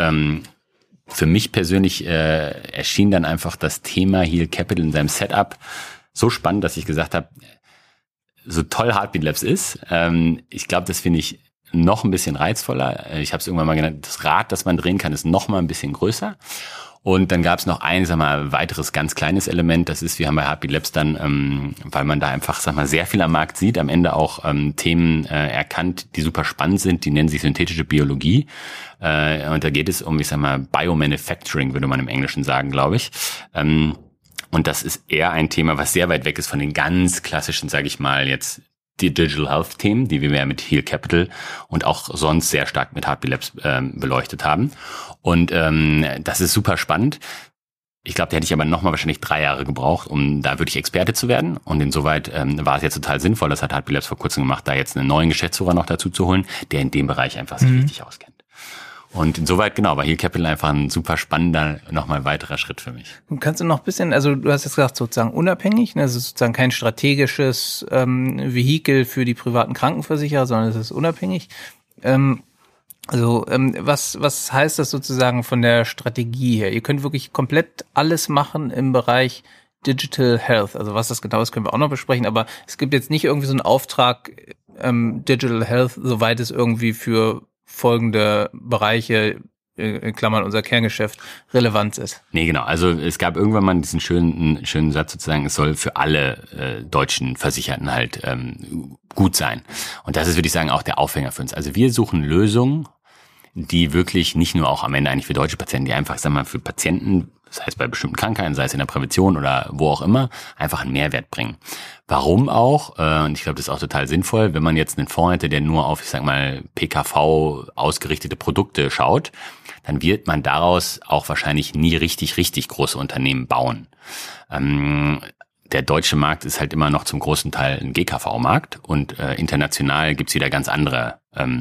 für mich persönlich erschien dann einfach das Thema Heal Capital in seinem Setup so spannend, dass ich gesagt habe, so toll Heartbeat Labs ist, ich glaube, das finde ich noch ein bisschen reizvoller. Ich habe es irgendwann mal genannt, das Rad, das man drehen kann, ist noch mal ein bisschen größer. Und dann gab es noch ein, weiteres ganz kleines Element. Das ist, wir haben bei Heartbeat Labs dann, weil man da einfach, sehr viel am Markt sieht, am Ende auch Themen erkannt, die super spannend sind. Die nennen sich synthetische Biologie. Und da geht es um, Biomanufacturing, würde man im Englischen sagen, glaube ich. Und das ist eher ein Thema, was sehr weit weg ist von den ganz klassischen, jetzt die Digital Health Themen, die wir ja mit Heal Capital und auch sonst sehr stark mit Heartbeat Labs beleuchtet haben. Und das ist super spannend. Ich glaube, da hätte ich aber nochmal wahrscheinlich 3 Jahre gebraucht, um da wirklich Experte zu werden. Und insoweit war es jetzt total sinnvoll, das hat Heartbeat Labs vor kurzem gemacht, da jetzt einen neuen Geschäftsführer noch dazu zu holen, der in dem Bereich einfach sich richtig auskennt. Und insoweit, war Heal Capital einfach ein super spannender, nochmal weiterer Schritt für mich. Kannst du noch ein bisschen, also du hast jetzt gesagt, sozusagen unabhängig, ne? Es ist sozusagen kein strategisches Vehikel für die privaten Krankenversicherer, sondern es ist unabhängig. Was heißt das sozusagen von der Strategie her? Ihr könnt wirklich komplett alles machen im Bereich Digital Health. Also was das genau ist, können wir auch noch besprechen, aber es gibt jetzt nicht irgendwie so einen Auftrag Digital Health, soweit es irgendwie für folgende Bereiche, in Klammern unser Kerngeschäft, relevant ist. Nee, genau. Also es gab irgendwann mal diesen schönen Satz sozusagen, es soll für alle deutschen Versicherten halt gut sein. Und das ist, würde ich sagen, auch der Aufhänger für uns. Also wir suchen Lösungen, die wirklich nicht nur auch am Ende eigentlich für deutsche Patienten, die einfach, für Patienten, das heißt bei bestimmten Krankheiten, sei es in der Prävention oder wo auch immer, einfach einen Mehrwert bringen. Warum auch? Und ich glaube, das ist auch total sinnvoll, wenn man jetzt einen Fonds hätte, der nur auf, PKV ausgerichtete Produkte schaut, dann wird man daraus auch wahrscheinlich nie richtig große Unternehmen bauen. Der deutsche Markt ist halt immer noch zum großen Teil ein GKV-Markt und international gibt's wieder ganz andere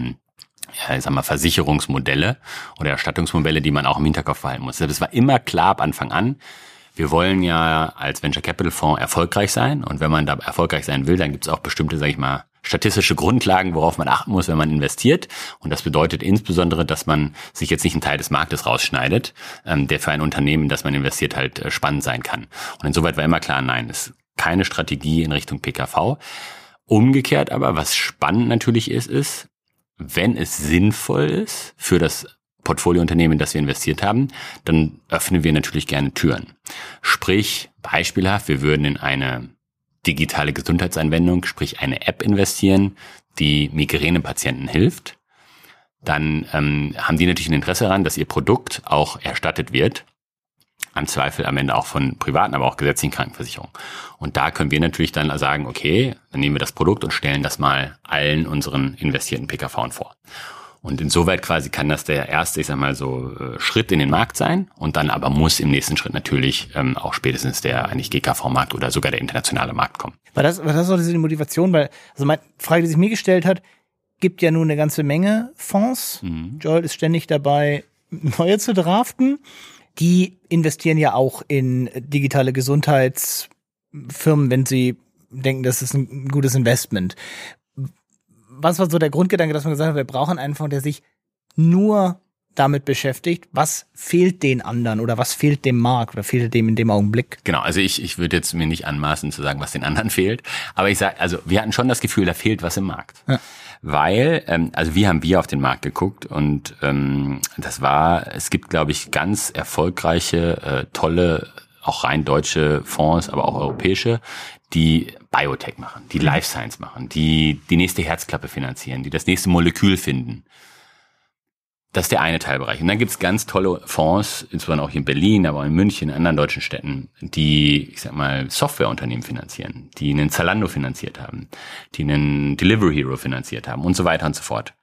Versicherungsmodelle oder Erstattungsmodelle, die man auch im Hinterkopf behalten muss. Das war immer klar ab Anfang an. Wir wollen ja als Venture Capital Fonds erfolgreich sein. Und wenn man da erfolgreich sein will, dann gibt es auch bestimmte, statistische Grundlagen, worauf man achten muss, wenn man investiert. Und das bedeutet insbesondere, dass man sich jetzt nicht einen Teil des Marktes rausschneidet, der für ein Unternehmen, das man investiert, halt spannend sein kann. Und insoweit war immer klar, nein, es ist keine Strategie in Richtung PKV. Umgekehrt aber, was spannend natürlich ist, wenn es sinnvoll ist für das Portfoliounternehmen, in das wir investiert haben, dann öffnen wir natürlich gerne Türen. Sprich, beispielhaft, wir würden in eine digitale Gesundheitsanwendung, sprich eine App investieren, die Migränepatienten hilft. Dann haben die natürlich ein Interesse daran, dass ihr Produkt auch erstattet wird. Im Zweifel am Ende auch von privaten, aber auch gesetzlichen Krankenversicherungen. Und da können wir natürlich dann sagen, okay, dann nehmen wir das Produkt und stellen das mal allen unseren investierten PKV vor. Und insoweit quasi kann das der erste, Schritt in den Markt sein. Und dann aber muss im nächsten Schritt natürlich auch spätestens der eigentlich GKV-Markt oder sogar der internationale Markt kommen. War das so diese Motivation? Weil, meine Frage, die sich mir gestellt hat, gibt ja nun eine ganze Menge Fonds. Joel ist ständig dabei, neue zu draften. Die investieren ja auch in digitale Gesundheitsfirmen, wenn sie denken, das ist ein gutes Investment. Was war so der Grundgedanke, dass man gesagt hat, wir brauchen einen Fonds, der sich nur damit beschäftigt, was fehlt den anderen oder was fehlt dem Markt oder fehlt dem in dem Augenblick? Genau, also ich würde jetzt mir nicht anmaßen zu sagen, was den anderen fehlt, aber ich sage, also wir hatten schon das Gefühl, da fehlt was im Markt. Ja. Weil, wie haben wir auf den Markt geguckt und es gibt, glaube ich, ganz erfolgreiche, tolle, auch rein deutsche Fonds, aber auch europäische, die Biotech machen, die Life Science machen, die nächste Herzklappe finanzieren, die das nächste Molekül finden. Das ist der eine Teilbereich. Und dann gibt's ganz tolle Fonds, insbesondere auch hier in Berlin, aber auch in München, in anderen deutschen Städten, die, Softwareunternehmen finanzieren, die einen Zalando finanziert haben, die einen Delivery Hero finanziert haben und so weiter und so fort.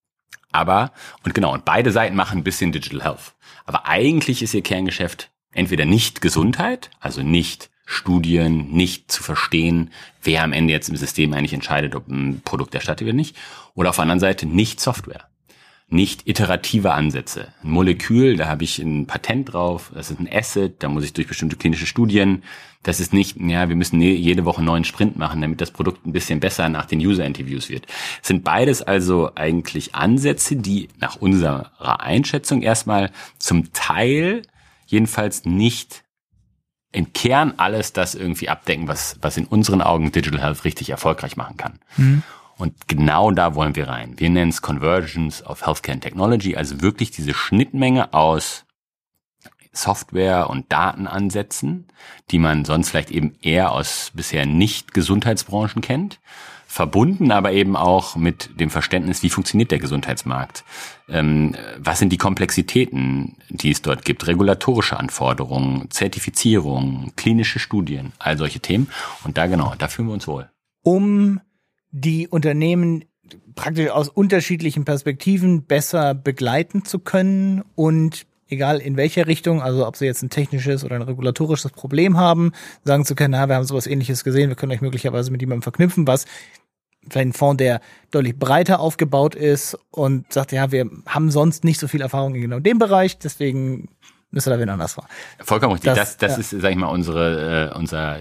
Und beide Seiten machen ein bisschen Digital Health. Aber eigentlich ist ihr Kerngeschäft entweder nicht Gesundheit, also nicht Studien, nicht zu verstehen, wer am Ende jetzt im System eigentlich entscheidet, ob ein Produkt erstattet wird oder nicht, oder auf der anderen Seite nicht Software. Nicht iterative Ansätze. Ein Molekül, da habe ich ein Patent drauf, das ist ein Asset, da muss ich durch bestimmte klinische Studien. Das ist nicht, wir müssen jede Woche einen neuen Sprint machen, damit das Produkt ein bisschen besser nach den User-Interviews wird. Es sind beides also eigentlich Ansätze, die nach unserer Einschätzung erstmal zum Teil jedenfalls nicht im Kern alles das irgendwie abdecken, was in unseren Augen Digital Health richtig erfolgreich machen kann. Und genau da wollen wir rein. Wir nennen es Convergence of Healthcare and Technology, also wirklich diese Schnittmenge aus Software- und Datenansätzen, die man sonst vielleicht eben eher aus bisher nicht Gesundheitsbranchen kennt, verbunden aber eben auch mit dem Verständnis, wie funktioniert der Gesundheitsmarkt, was sind die Komplexitäten, die es dort gibt, regulatorische Anforderungen, Zertifizierung, klinische Studien, all solche Themen. Und da fühlen wir uns wohl. Um die Unternehmen praktisch aus unterschiedlichen Perspektiven besser begleiten zu können und egal in welcher Richtung, also ob sie jetzt ein technisches oder ein regulatorisches Problem haben, sagen zu können, wir haben sowas Ähnliches gesehen, wir können euch möglicherweise mit jemandem verknüpfen, was vielleicht ein Fonds, der deutlich breiter aufgebaut ist und sagt, wir haben sonst nicht so viel Erfahrung in genau dem Bereich, deswegen müsste da wieder anders fahren. Vollkommen richtig. Das ist, sag ich mal, unser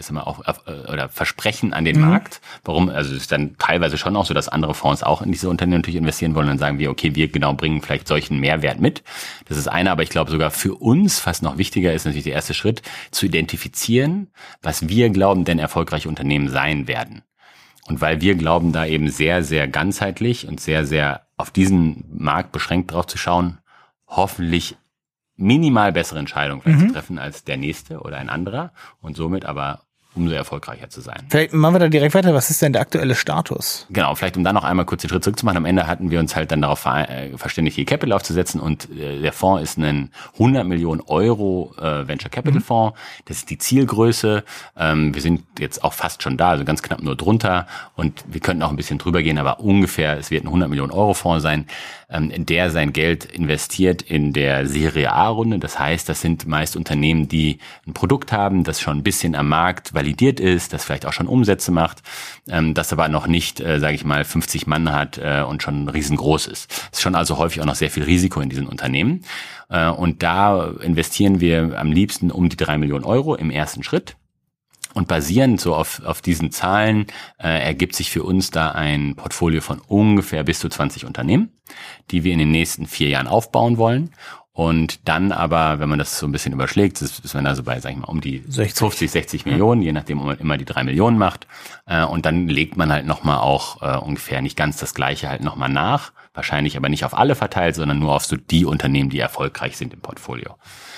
Versprechen an den Markt. Warum? Also es ist dann teilweise schon auch so, dass andere Fonds auch in diese Unternehmen natürlich investieren wollen. Dann sagen wir, okay, wir genau bringen vielleicht solchen Mehrwert mit. Das ist einer, aber ich glaube sogar für uns fast noch wichtiger ist natürlich der erste Schritt, zu identifizieren, was wir glauben, denn erfolgreiche Unternehmen sein werden. Und weil wir glauben, da eben sehr, sehr ganzheitlich und sehr, sehr auf diesen Markt beschränkt drauf zu schauen, hoffentlich minimal bessere Entscheidungen zu treffen als der nächste oder ein anderer und somit aber umso erfolgreicher zu sein. Vielleicht machen wir da direkt weiter. Was ist denn der aktuelle Status? Genau, vielleicht um dann noch einmal kurz den Schritt zurückzumachen. Am Ende hatten wir uns halt dann darauf verständigt, hier Capital aufzusetzen und der Fonds ist ein 100 Millionen Euro Venture Capital Fonds. Das ist die Zielgröße. Wir sind jetzt auch fast schon da, also ganz knapp nur drunter und wir könnten auch ein bisschen drüber gehen, aber ungefähr, es wird ein 100 Millionen Euro Fonds sein, der sein Geld investiert in der Serie A-Runde. Das heißt, das sind meist Unternehmen, die ein Produkt haben, das schon ein bisschen am Markt validiert ist, das vielleicht auch schon Umsätze macht, das aber noch nicht, sage ich mal, 50 Mann hat und schon riesengroß ist. Es ist schon also häufig auch noch sehr viel Risiko in diesen Unternehmen. Und da investieren wir am liebsten um die 3 Millionen Euro im ersten Schritt. Und basierend so auf diesen Zahlen ergibt sich für uns da ein Portfolio von ungefähr bis zu 20 Unternehmen, die wir in den nächsten 4 Jahren aufbauen wollen. Und dann aber, wenn man das so ein bisschen überschlägt, ist man also bei, sag ich mal, um die 50, 60 Millionen, je nachdem, ob man immer die 3 Millionen macht. Und dann legt man halt nochmal auch ungefähr nicht ganz das Gleiche halt nochmal nach. Wahrscheinlich aber nicht auf alle verteilt, sondern nur auf so die Unternehmen, die erfolgreich sind im Portfolio.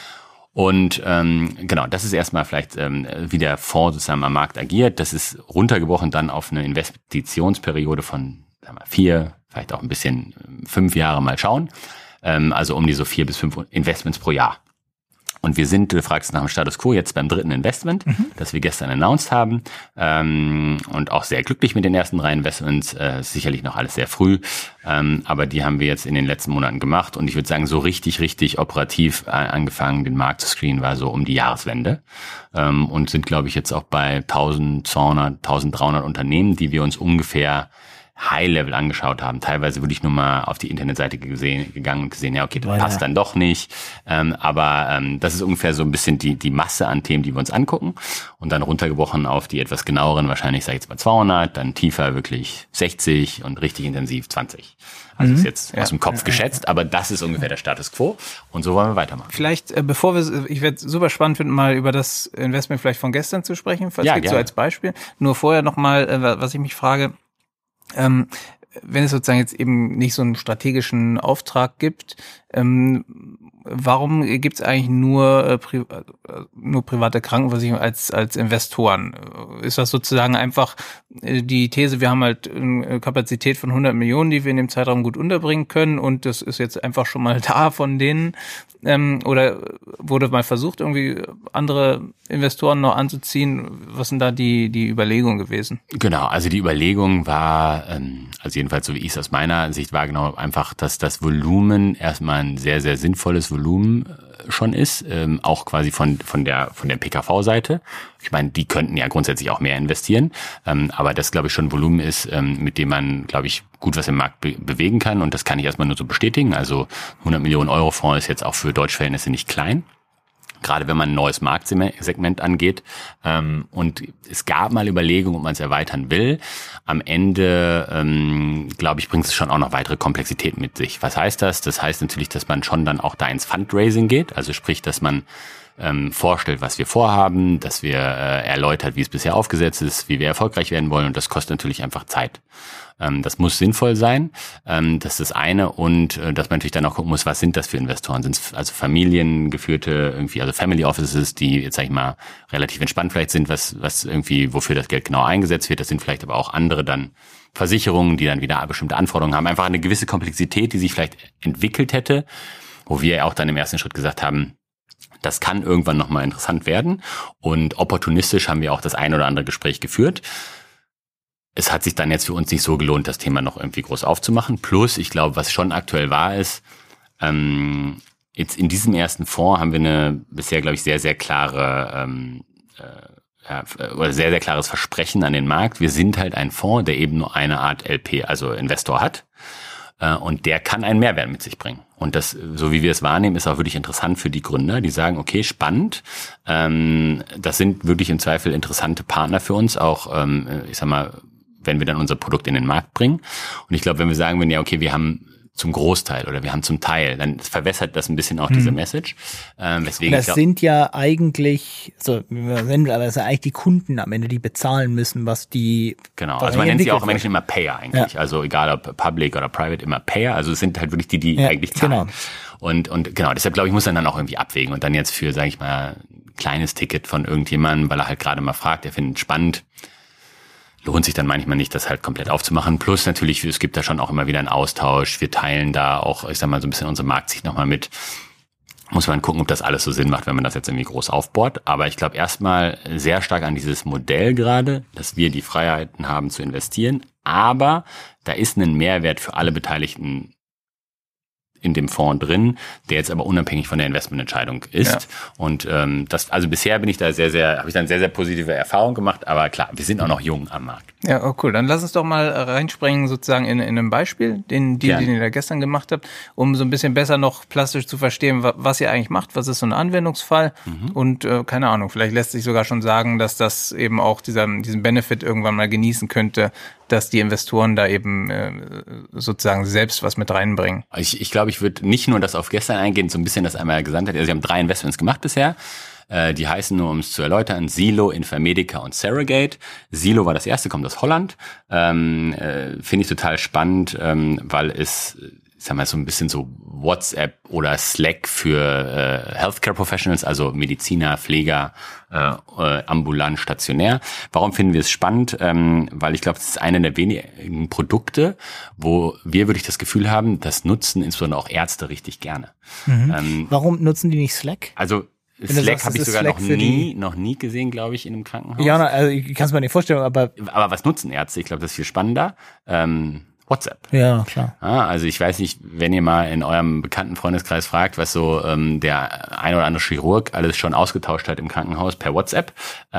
Und genau, das ist erstmal vielleicht, wie der Fonds sozusagen am Markt agiert. Das ist runtergebrochen dann auf eine Investitionsperiode von 4, vielleicht auch ein bisschen 5 Jahre mal schauen. Also um die so 4 bis 5 Investments pro Jahr. Und wir sind, du fragst nach dem Status Quo, jetzt beim 3. Investment, das wir gestern announced haben. Und auch sehr glücklich mit den ersten 3 Investments. Sicherlich noch alles sehr früh. Aber die haben wir jetzt in den letzten Monaten gemacht. Und ich würde sagen, so richtig operativ angefangen, den Markt zu screenen, war so um die Jahreswende. Und sind, glaube ich, jetzt auch bei 1200, 1300 Unternehmen, die wir uns ungefähr High-Level angeschaut haben. Teilweise würde ich nur mal auf die Internetseite gegangen und gesehen, ja, okay, das passt dann doch nicht. Aber das ist ungefähr so ein bisschen die Masse an Themen, die wir uns angucken. Und dann runtergebrochen auf die etwas genaueren, wahrscheinlich, sage ich jetzt mal 200, dann tiefer wirklich 60 und richtig intensiv 20. Also ist jetzt aus dem Kopf geschätzt, aber das ist ungefähr der Status Quo. Und so wollen wir weitermachen. Vielleicht, ich werde super spannend finden, mal über das Investment vielleicht von gestern zu sprechen, falls ja, geht, so als Beispiel. Nur vorher nochmal, was ich mich frage, wenn es sozusagen jetzt eben nicht so einen strategischen Auftrag gibt, warum gibt es eigentlich nur private Krankenversicherung als Investoren? Ist das sozusagen einfach die These, wir haben halt eine Kapazität von 100 Millionen, die wir in dem Zeitraum gut unterbringen können und das ist jetzt einfach schon mal da von denen? Oder wurde mal versucht, irgendwie andere Investoren noch anzuziehen? Was sind da die Überlegungen gewesen? Genau, also die Überlegung war, also jedenfalls so wie ich es aus meiner Sicht wahrgenommen habe, einfach, dass das Volumen erstmal ein sehr, sehr sinnvolles Volumen schon ist, auch quasi von der PKV-Seite. Ich meine, die könnten ja grundsätzlich auch mehr investieren, aber das, glaube ich, schon ein Volumen ist, mit dem man, glaube ich, gut was im Markt bewegen kann und das kann ich erstmal nur so bestätigen. Also 100 Millionen Euro Fonds ist jetzt auch für Deutschverhältnisse nicht klein. Gerade wenn man ein neues Marktsegment angeht. Und es gab mal Überlegungen, ob man es erweitern will. Am Ende, glaube ich, bringt es schon auch noch weitere Komplexitäten mit sich. Was heißt das? Das heißt natürlich, dass man schon dann auch da ins Fundraising geht. Also sprich, dass man vorstellt, was wir vorhaben, dass wir erläutert, wie es bisher aufgesetzt ist, wie wir erfolgreich werden wollen, und das kostet natürlich einfach Zeit. Das muss sinnvoll sein, das ist das eine, und dass man natürlich dann auch gucken muss, was sind das für Investoren? Sind es also familiengeführte, irgendwie, also Family Offices, die jetzt, sag ich mal, relativ entspannt vielleicht sind, was irgendwie, wofür das Geld genau eingesetzt wird. Das sind vielleicht aber auch andere dann Versicherungen, die dann wieder bestimmte Anforderungen haben. Einfach eine gewisse Komplexität, die sich vielleicht entwickelt hätte, wo wir ja auch dann im ersten Schritt gesagt haben, das kann irgendwann nochmal interessant werden, und opportunistisch haben wir auch das ein oder andere Gespräch geführt. Es hat sich dann jetzt für uns nicht so gelohnt, das Thema noch irgendwie groß aufzumachen. Plus, ich glaube, was schon aktuell wahr ist, jetzt in diesem ersten Fonds haben wir eine bisher, glaube ich, sehr, sehr klare, oder sehr, sehr klares Versprechen an den Markt. Wir sind halt ein Fonds, der eben nur eine Art LP, also Investor hat. Und der kann einen Mehrwert mit sich bringen. Und das, so wie wir es wahrnehmen, ist auch wirklich interessant für die Gründer, die sagen, okay, spannend. Das sind wirklich im Zweifel interessante Partner für uns, auch, ich sag mal, wenn wir dann unser Produkt in den Markt bringen. Und ich glaube, wenn wir sagen würden, ja, okay, wir haben zum Großteil oder wir haben zum Teil, dann verwässert das ein bisschen auch diese Message. Weswegen das sind ja eigentlich, aber das sind eigentlich die Kunden am Ende, die bezahlen müssen, was die. Genau, also man nennt sie auch im Englischen immer Payer eigentlich. Ja. Also egal ob Public oder Private, immer Payer. Also es sind halt wirklich die eigentlich zahlen. Genau. Und genau, deshalb glaube ich, muss dann auch irgendwie abwägen. Und dann jetzt für, sage ich mal, ein kleines Ticket von irgendjemandem, weil er halt gerade mal fragt, er findet es spannend, lohnt sich dann manchmal nicht, das halt komplett aufzumachen. Plus natürlich, es gibt da schon auch immer wieder einen Austausch. Wir teilen da auch, ich sag mal, so ein bisschen unsere Marktsicht nochmal mit. Muss man gucken, ob das alles so Sinn macht, wenn man das jetzt irgendwie groß aufbaut. Aber ich glaube erstmal sehr stark an dieses Modell gerade, dass wir die Freiheiten haben zu investieren. Aber da ist ein Mehrwert für alle Beteiligten in dem Fonds drin, der jetzt aber unabhängig von der Investmententscheidung ist. Ja. Und das, also bisher bin ich da habe ich da eine sehr, sehr positive Erfahrung gemacht, aber klar, wir sind auch noch jung am Markt. Ja, oh cool. Dann lass uns doch mal reinspringen sozusagen in einem Beispiel, den ihr da gestern gemacht habt, um so ein bisschen besser noch plastisch zu verstehen, was ihr eigentlich macht, was ist so ein Anwendungsfall und keine Ahnung, vielleicht lässt sich sogar schon sagen, dass das eben auch diesen Benefit irgendwann mal genießen könnte, dass die Investoren da eben sozusagen selbst was mit reinbringen. Ich glaube, ich würde nicht nur das auf gestern eingehen, so ein bisschen das einmal gesandt hat. Also sie haben 3 Investments gemacht bisher. Die heißen, nur um es zu erläutern, Silo, Infamedica und Surrogate. Silo war das erste, kommt aus Holland. Finde ich total spannend, weil es, ich sag mal, so ein bisschen so WhatsApp oder Slack für Healthcare Professionals, also Mediziner, Pfleger, ambulant, stationär. Warum finden wir es spannend? Weil ich glaube, es ist eine der wenigen Produkte, wo wir wirklich das Gefühl haben, das nutzen insbesondere auch Ärzte richtig gerne. Warum nutzen die nicht Slack? Also Slack habe ich sogar noch nie gesehen, glaube ich, in einem Krankenhaus. Ja, also ich kann es mir nicht vorstellen, aber was nutzen Ärzte? Ich glaube, das ist viel spannender. WhatsApp. Ja, klar. Also ich weiß nicht, wenn ihr mal in eurem bekannten Freundeskreis fragt, was so der ein oder andere Chirurg alles schon ausgetauscht hat im Krankenhaus per WhatsApp.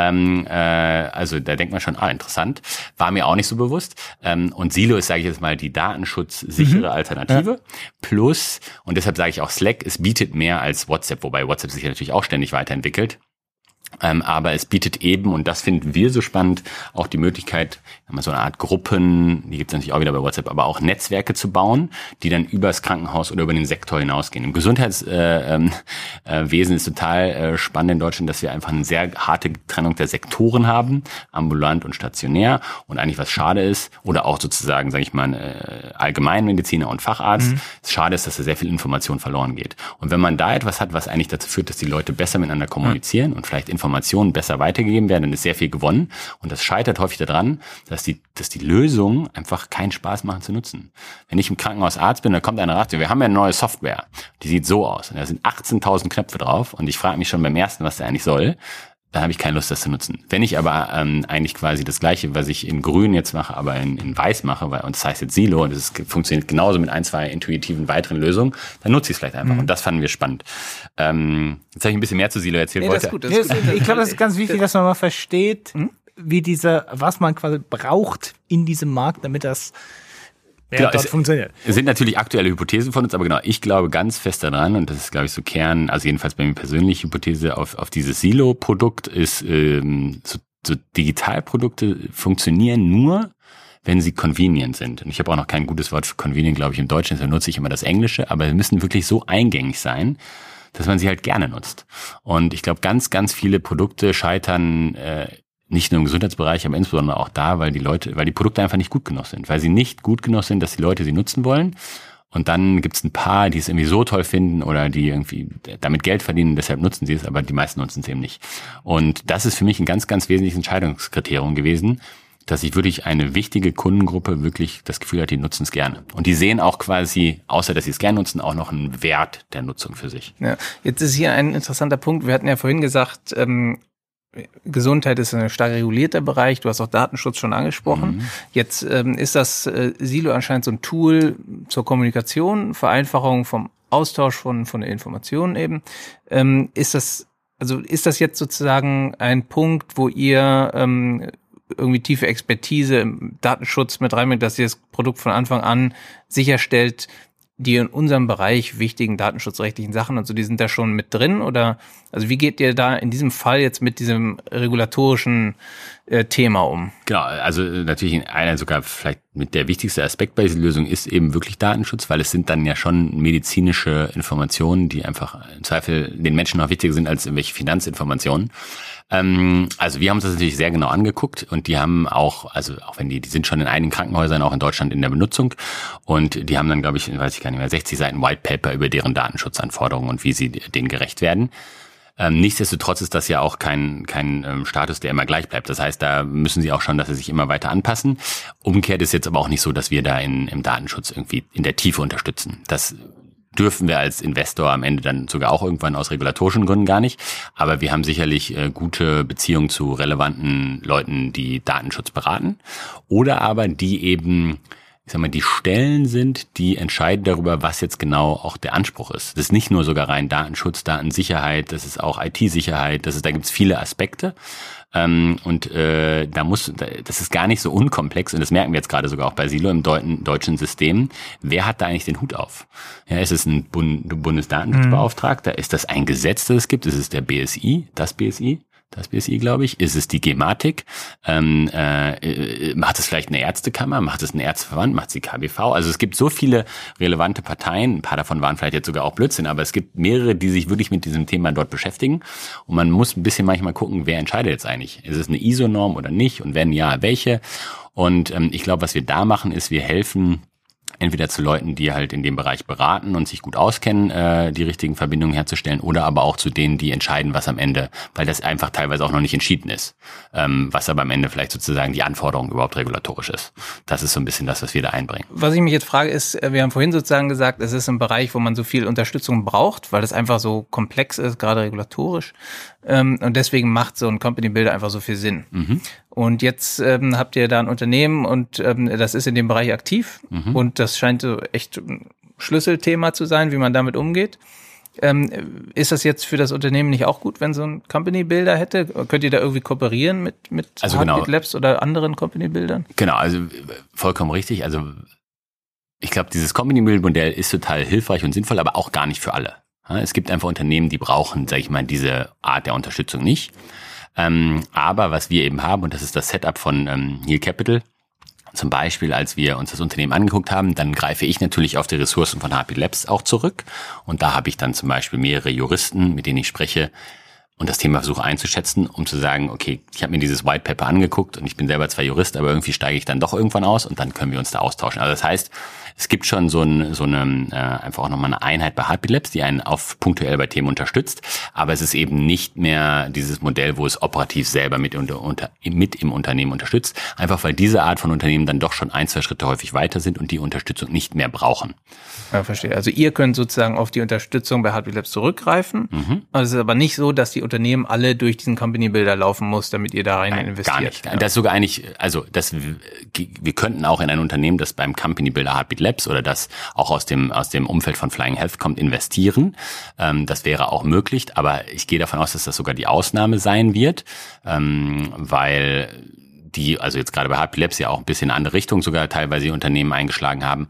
Also da denkt man schon, interessant. War mir auch nicht so bewusst. Und Silo ist, sage ich jetzt mal, die datenschutzsichere Alternative. Ja. Plus, und deshalb sage ich auch Slack, es bietet mehr als WhatsApp, wobei WhatsApp sich ja natürlich auch ständig weiterentwickelt. Aber es bietet eben, und das finden wir so spannend, auch die Möglichkeit, so eine Art Gruppen, die gibt es natürlich auch wieder bei WhatsApp, aber auch Netzwerke zu bauen, die dann über das Krankenhaus oder über den Sektor hinausgehen. Im Gesundheitswesen ist total spannend in Deutschland, dass wir einfach eine sehr harte Trennung der Sektoren haben, ambulant und stationär, und eigentlich was schade ist, oder auch sozusagen, sage ich mal, Allgemeinmediziner und Facharzt. Schade ist, dass da sehr viel Information verloren geht. Und wenn man da etwas hat, was eigentlich dazu führt, dass die Leute besser miteinander kommunizieren und vielleicht Informationen besser weitergegeben werden, dann ist sehr viel gewonnen. Und das scheitert häufig daran, dass die Lösungen einfach keinen Spaß machen zu nutzen. Wenn ich im Krankenhaus Arzt bin, dann kommt einer raus, wir haben ja eine neue Software, die sieht so aus. Und da sind 18.000 Knöpfe drauf und ich frage mich schon beim ersten, was der eigentlich soll. Dann habe ich keine Lust, das zu nutzen. Wenn ich aber eigentlich quasi das Gleiche, was ich in Grün jetzt mache, aber in Weiß mache, und das heißt jetzt Silo, und das funktioniert genauso mit 1, 2 intuitiven weiteren Lösungen, dann nutze ich es vielleicht einfach. Und das fanden wir spannend. Jetzt habe ich ein bisschen mehr zu Silo erzählt. Das ist gut, das ist gut. Ich glaube, das ist ganz wichtig, dass man mal versteht, wie was man quasi braucht in diesem Markt, damit das funktioniert. Es sind natürlich aktuelle Hypothesen von uns, aber genau, ich glaube ganz fest daran, und das ist, glaube ich, so Kern, also jedenfalls bei mir persönlich Hypothese auf dieses Silo-Produkt ist, so Digitalprodukte funktionieren nur, wenn sie convenient sind. Und ich habe auch noch kein gutes Wort für convenient, glaube ich, im Deutschen, deshalb nutze ich immer das Englische, aber sie müssen wirklich so eingängig sein, dass man sie halt gerne nutzt. Und ich glaube, ganz, ganz viele Produkte scheitern nicht nur im Gesundheitsbereich, aber insbesondere auch da, weil die Produkte einfach nicht gut genug sind, weil sie nicht gut genug sind, dass die Leute sie nutzen wollen. Und dann gibt's ein paar, die es irgendwie so toll finden oder die irgendwie damit Geld verdienen, deshalb nutzen sie es, aber die meisten nutzen es eben nicht. Und das ist für mich ein ganz, ganz wesentliches Entscheidungskriterium gewesen, dass ich wirklich eine wichtige Kundengruppe wirklich das Gefühl hatte, die nutzen es gerne. Und die sehen auch quasi, außer dass sie es gerne nutzen, auch noch einen Wert der Nutzung für sich. Ja, jetzt ist hier ein interessanter Punkt. Wir hatten ja vorhin gesagt, Gesundheit ist ein stark regulierter Bereich. Du hast auch Datenschutz schon angesprochen. Jetzt ist das Silo anscheinend so ein Tool zur Kommunikation, Vereinfachung vom Austausch von der Information eben. Ist das jetzt sozusagen ein Punkt, wo ihr irgendwie tiefe Expertise im Datenschutz mit reinbringt, dass ihr das Produkt von Anfang an sicherstellt, die in unserem Bereich wichtigen datenschutzrechtlichen Sachen und so, die sind da schon mit drin? Oder also wie geht ihr da in diesem Fall jetzt mit diesem regulatorischen Thema um? Genau, also natürlich einer sogar vielleicht mit der wichtigste Aspekt bei dieser Lösung ist eben wirklich Datenschutz, weil es sind dann ja schon medizinische Informationen, die einfach im Zweifel den Menschen noch wichtiger sind als irgendwelche Finanzinformationen. Also wir haben uns das natürlich sehr genau angeguckt und die haben auch, also auch wenn die sind schon in einigen Krankenhäusern auch in Deutschland in der Benutzung und die haben dann, glaube ich, weiß ich gar nicht mehr, 60 Seiten White Paper über deren Datenschutzanforderungen und wie sie denen gerecht werden. Nichtsdestotrotz ist das ja auch kein Status, der immer gleich bleibt. Das heißt, da müssen sie auch schon, dass sie sich immer weiter anpassen. Umgekehrt ist jetzt aber auch nicht so, dass wir da im Datenschutz irgendwie in der Tiefe unterstützen. Das dürfen wir als Investor am Ende dann sogar auch irgendwann aus regulatorischen Gründen gar nicht. Aber wir haben sicherlich gute Beziehungen zu relevanten Leuten, die Datenschutz beraten oder aber die eben, ich sag mal, die Stellen sind, die entscheiden darüber, was jetzt genau auch der Anspruch ist. Das ist nicht nur sogar rein Datenschutz, Datensicherheit, das ist auch IT-Sicherheit, da gibt's viele Aspekte. Das ist gar nicht so unkomplex und das merken wir jetzt gerade sogar auch bei Silo im deutschen System. Wer hat da eigentlich den Hut auf? Ja, ist es ein Bundesdatenschutzbeauftragter? Ist das ein Gesetz, das es gibt? Ist es der BSI, das BSI, glaube ich. Ist es die Gematik? Macht es vielleicht eine Ärztekammer? Macht es ein Ärzteverband? Macht es die KBV? Also es gibt so viele relevante Parteien. Ein paar davon waren vielleicht jetzt sogar auch Blödsinn, aber es gibt mehrere, die sich wirklich mit diesem Thema dort beschäftigen. Und man muss ein bisschen manchmal gucken, wer entscheidet jetzt eigentlich? Ist es eine ISO-Norm oder nicht? Und wenn ja, welche? Und ich glaube, was wir da machen, ist, wir helfen entweder zu Leuten, die halt in dem Bereich beraten und sich gut auskennen, die richtigen Verbindungen herzustellen, oder aber auch zu denen, die entscheiden, was am Ende, weil das einfach teilweise auch noch nicht entschieden ist, was aber am Ende vielleicht sozusagen die Anforderung überhaupt regulatorisch ist. Das ist so ein bisschen das, was wir da einbringen. Was ich mich jetzt frage ist, wir haben vorhin sozusagen gesagt, es ist ein Bereich, wo man so viel Unterstützung braucht, weil das einfach so komplex ist, gerade regulatorisch. Und deswegen macht so ein Company Builder einfach so viel Sinn. Und jetzt habt ihr da ein Unternehmen und das ist in dem Bereich aktiv und das scheint so echt ein Schlüsselthema zu sein, wie man damit umgeht. Ist das jetzt für das Unternehmen nicht auch gut, wenn so ein Company Builder hätte? Könnt ihr da irgendwie kooperieren mit also Heartbeat Labs oder anderen Company Buildern? Genau, also vollkommen richtig. Also ich glaube, dieses Company Build Modell ist total hilfreich und sinnvoll, aber auch gar nicht für alle. Es gibt einfach Unternehmen, die brauchen, sage ich mal, diese Art der Unterstützung nicht. Aber was wir eben haben, und das ist das Setup von Heal Capital, zum Beispiel, als wir uns das Unternehmen angeguckt haben, dann greife ich natürlich auf die Ressourcen von Heartbeat Labs auch zurück. Und da habe ich dann zum Beispiel mehrere Juristen, mit denen ich spreche und das Thema versuche einzuschätzen, um zu sagen, okay, ich habe mir dieses White Paper angeguckt und ich bin selber zwar Jurist, aber irgendwie steige ich dann doch irgendwann aus und dann können wir uns da austauschen. Also das heißt, es gibt schon so eine einfach auch nochmal eine Einheit bei Heartbeat Labs, die einen auf punktuell bei Themen unterstützt, aber es ist eben nicht mehr dieses Modell, wo es operativ selber mit im Unternehmen unterstützt, einfach weil diese Art von Unternehmen dann doch schon 1-2 Schritte häufig weiter sind und die Unterstützung nicht mehr brauchen. Ja, verstehe. Also ihr könnt sozusagen auf die Unterstützung bei Heartbeat Labs zurückgreifen. Also es ist aber nicht so, dass die Unternehmen alle durch diesen Company Builder laufen muss, damit ihr da rein investiert. Gar nicht. Ja. Das ist sogar eigentlich, also wir könnten auch in ein Unternehmen, das beim Company Builder Heartbeat Labs oder das auch aus dem Umfeld von Flying Health kommt, investieren. Das wäre auch möglich, aber ich gehe davon aus, dass das sogar die Ausnahme sein wird, weil die, also jetzt gerade bei HP Labs ja auch ein bisschen in eine andere Richtung sogar teilweise die Unternehmen eingeschlagen haben.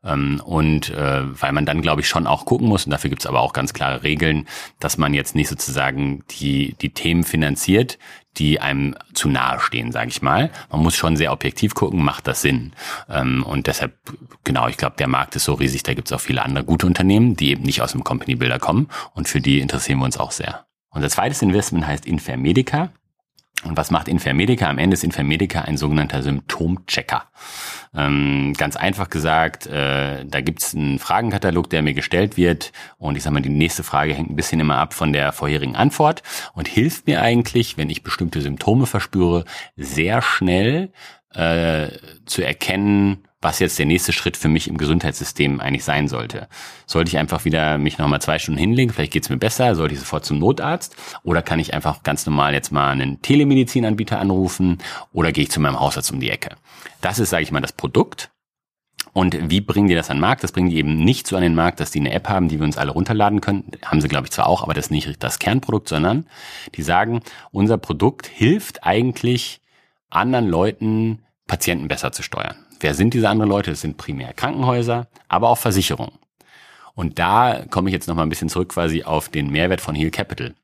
Weil man dann, glaube ich, schon auch gucken muss, und dafür gibt's aber auch ganz klare Regeln, dass man jetzt nicht sozusagen die Themen finanziert, die einem zu nahe stehen, sage ich mal. Man muss schon sehr objektiv gucken, macht das Sinn? Und deshalb, genau, ich glaube, der Markt ist so riesig, da gibt's auch viele andere gute Unternehmen, die eben nicht aus dem Company Builder kommen, und für die interessieren wir uns auch sehr. Unser zweites Investment heißt Infermedica. Und was macht Infermedica? Am Ende ist Infermedica ein sogenannter Symptomchecker. Ganz einfach gesagt, da gibt's einen Fragenkatalog, der mir gestellt wird, und ich sag mal, die nächste Frage hängt ein bisschen immer ab von der vorherigen Antwort und hilft mir eigentlich, wenn ich bestimmte Symptome verspüre, sehr schnell zu erkennen, was jetzt der nächste Schritt für mich im Gesundheitssystem eigentlich sein sollte. Sollte ich einfach wieder mich nochmal 2 Stunden hinlegen, vielleicht geht's mir besser, sollte ich sofort zum Notarzt, oder kann ich einfach ganz normal jetzt mal einen Telemedizinanbieter anrufen, oder gehe ich zu meinem Hausarzt um die Ecke? Das ist, sage ich mal, das Produkt. Und wie bringen die das an den Markt? Das bringen die eben nicht so an den Markt, dass die eine App haben, die wir uns alle runterladen können. Haben sie, glaube ich, zwar auch, aber das ist nicht das Kernprodukt, sondern die sagen, unser Produkt hilft eigentlich anderen Leuten, Patienten besser zu steuern. Wer sind diese anderen Leute? Das sind primär Krankenhäuser, aber auch Versicherungen. Und da komme ich jetzt noch mal ein bisschen zurück quasi auf den Mehrwert von Heal Capital.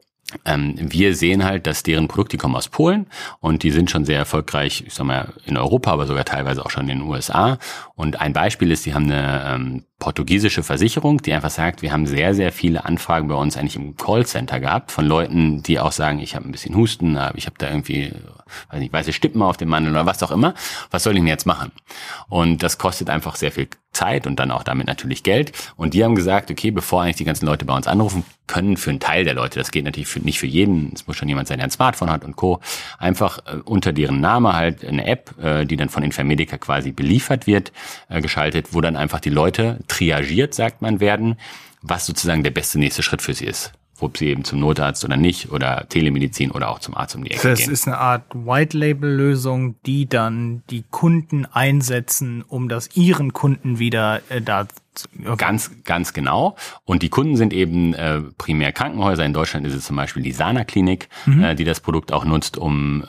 Wir sehen halt, dass deren Produkte, die kommen aus Polen, und die sind schon sehr erfolgreich, ich sag mal, in Europa, aber sogar teilweise auch schon in den USA. Und ein Beispiel ist, die haben eine portugiesische Versicherung, die einfach sagt, wir haben sehr, sehr viele Anfragen bei uns eigentlich im Callcenter gehabt von Leuten, die auch sagen, ich habe ein bisschen Husten, ich habe da irgendwie, weiß nicht, weiße Stippen auf dem Mandeln oder was auch immer. Was soll ich denn jetzt machen? Und das kostet einfach sehr viel Zeit und dann auch damit natürlich Geld. Und die haben gesagt, okay, bevor eigentlich die ganzen Leute bei uns anrufen können, für einen Teil der Leute, das geht natürlich nicht für jeden, es muss schon jemand sein, der ein Smartphone hat und Co., einfach unter deren Name halt eine App, die dann von Infermedica quasi beliefert wird, geschaltet, wo dann einfach die Leute triagiert, sagt man, werden, was sozusagen der beste nächste Schritt für sie ist. Ob sie eben zum Notarzt oder nicht, oder Telemedizin oder auch zum Arzt um die Ecke gehen. Das ist eine Art White-Label-Lösung, die dann die Kunden einsetzen, um das ihren Kunden wieder Ganz genau. Und die Kunden sind eben primär Krankenhäuser. In Deutschland ist es zum Beispiel die Sana-Klinik, die das Produkt auch nutzt, um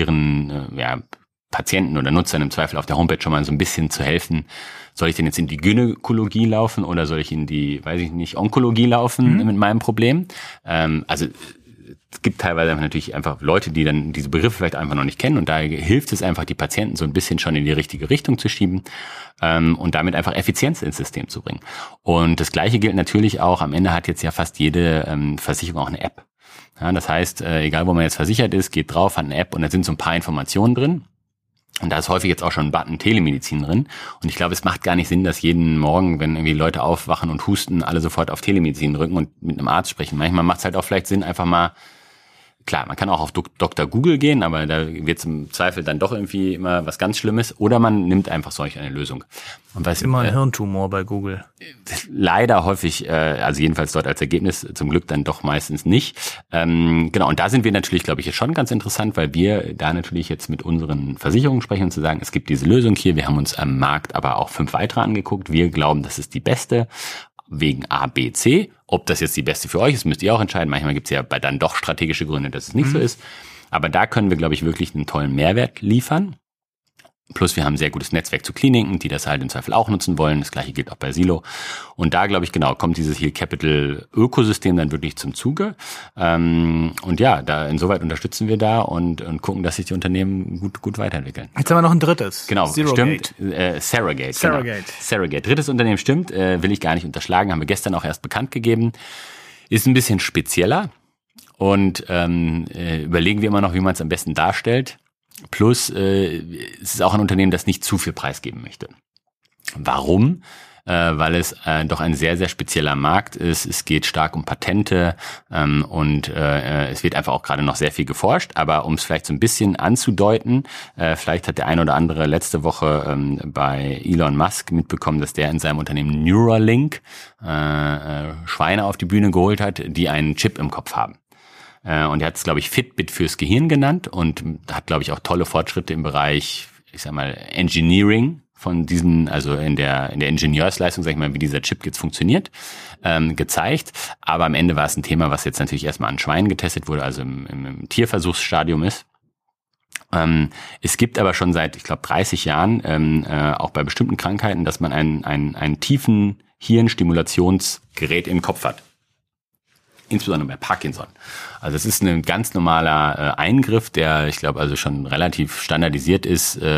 ihren Patienten oder Nutzern im Zweifel auf der Homepage schon mal so ein bisschen zu helfen. Soll ich denn jetzt in die Gynäkologie laufen oder soll ich in die, weiß ich nicht, Onkologie laufen mit meinem Problem? Also es gibt teilweise natürlich einfach Leute, die dann diese Begriffe vielleicht einfach noch nicht kennen, und da hilft es einfach, die Patienten so ein bisschen schon in die richtige Richtung zu schieben und damit einfach Effizienz ins System zu bringen. Und das Gleiche gilt natürlich auch, am Ende hat jetzt ja fast jede Versicherung auch eine App. Ja, das heißt, egal wo man jetzt versichert ist, geht drauf, hat eine App, und da sind so ein paar Informationen drin. Und da ist häufig jetzt auch schon ein Button Telemedizin drin. Und ich glaube, es macht gar nicht Sinn, dass jeden Morgen, wenn irgendwie Leute aufwachen und husten, alle sofort auf Telemedizin drücken und mit einem Arzt sprechen. Manchmal macht es halt auch vielleicht Sinn, einfach mal, klar, man kann auch auf Dr. Google gehen, aber da wird es im Zweifel dann doch irgendwie immer was ganz Schlimmes. Oder man nimmt einfach solch eine Lösung. Und ist immer ein Hirntumor bei Google. Leider häufig, also jedenfalls dort als Ergebnis, zum Glück dann doch meistens nicht. Genau, und da sind wir natürlich, glaube ich, jetzt schon ganz interessant, weil wir da natürlich jetzt mit unseren Versicherungen sprechen und zu sagen, es gibt diese Lösung hier, wir haben uns am Markt aber auch 5 weitere angeguckt. Wir glauben, das ist die beste, wegen A, B, C. Ob das jetzt die beste für euch ist, müsst ihr auch entscheiden. Manchmal gibt es ja dann doch strategische Gründe, dass es nicht so ist. Aber da können wir, glaube ich, wirklich einen tollen Mehrwert liefern. Plus wir haben ein sehr gutes Netzwerk zu Kliniken, die das halt im Zweifel auch nutzen wollen. Das Gleiche gilt auch bei Silo. Und da, glaube ich, genau, kommt dieses Heal Capital Ökosystem dann wirklich zum Zuge. Und ja, da insoweit unterstützen wir da und gucken, dass sich die Unternehmen gut weiterentwickeln. Jetzt haben wir noch ein drittes. Genau, Zerogate. Stimmt. Ceragate. Ceragate. Genau. Ceragate. Drittes Unternehmen stimmt, will ich gar nicht unterschlagen, haben wir gestern auch erst bekannt gegeben. Ist ein bisschen spezieller und überlegen wir immer noch, wie man es am besten darstellt. Plus, es ist auch ein Unternehmen, das nicht zu viel preisgeben möchte. Warum? Weil es doch ein sehr, sehr spezieller Markt ist. Es geht stark um Patente und es wird einfach auch gerade noch sehr viel geforscht. Aber um es vielleicht so ein bisschen anzudeuten, vielleicht hat der ein oder andere letzte Woche bei Elon Musk mitbekommen, dass der in seinem Unternehmen Neuralink Schweine auf die Bühne geholt hat, die einen Chip im Kopf haben. Und er hat es, glaube ich, Fitbit fürs Gehirn genannt und hat, glaube ich, auch tolle Fortschritte im Bereich, ich sag mal, Engineering von diesen, also in der Ingenieursleistung, sag ich mal, wie dieser Chip jetzt funktioniert, gezeigt. Aber am Ende war es ein Thema, was jetzt natürlich erstmal an Schweinen getestet wurde, also im Tierversuchsstadium ist. Es gibt aber schon seit, ich glaube, 30 Jahren auch bei bestimmten Krankheiten, dass man einen tiefen Hirnstimulationsgerät im Kopf hat. Insbesondere bei Parkinson. Also es ist ein ganz normaler Eingriff, der, ich glaube, also schon relativ standardisiert ist, ich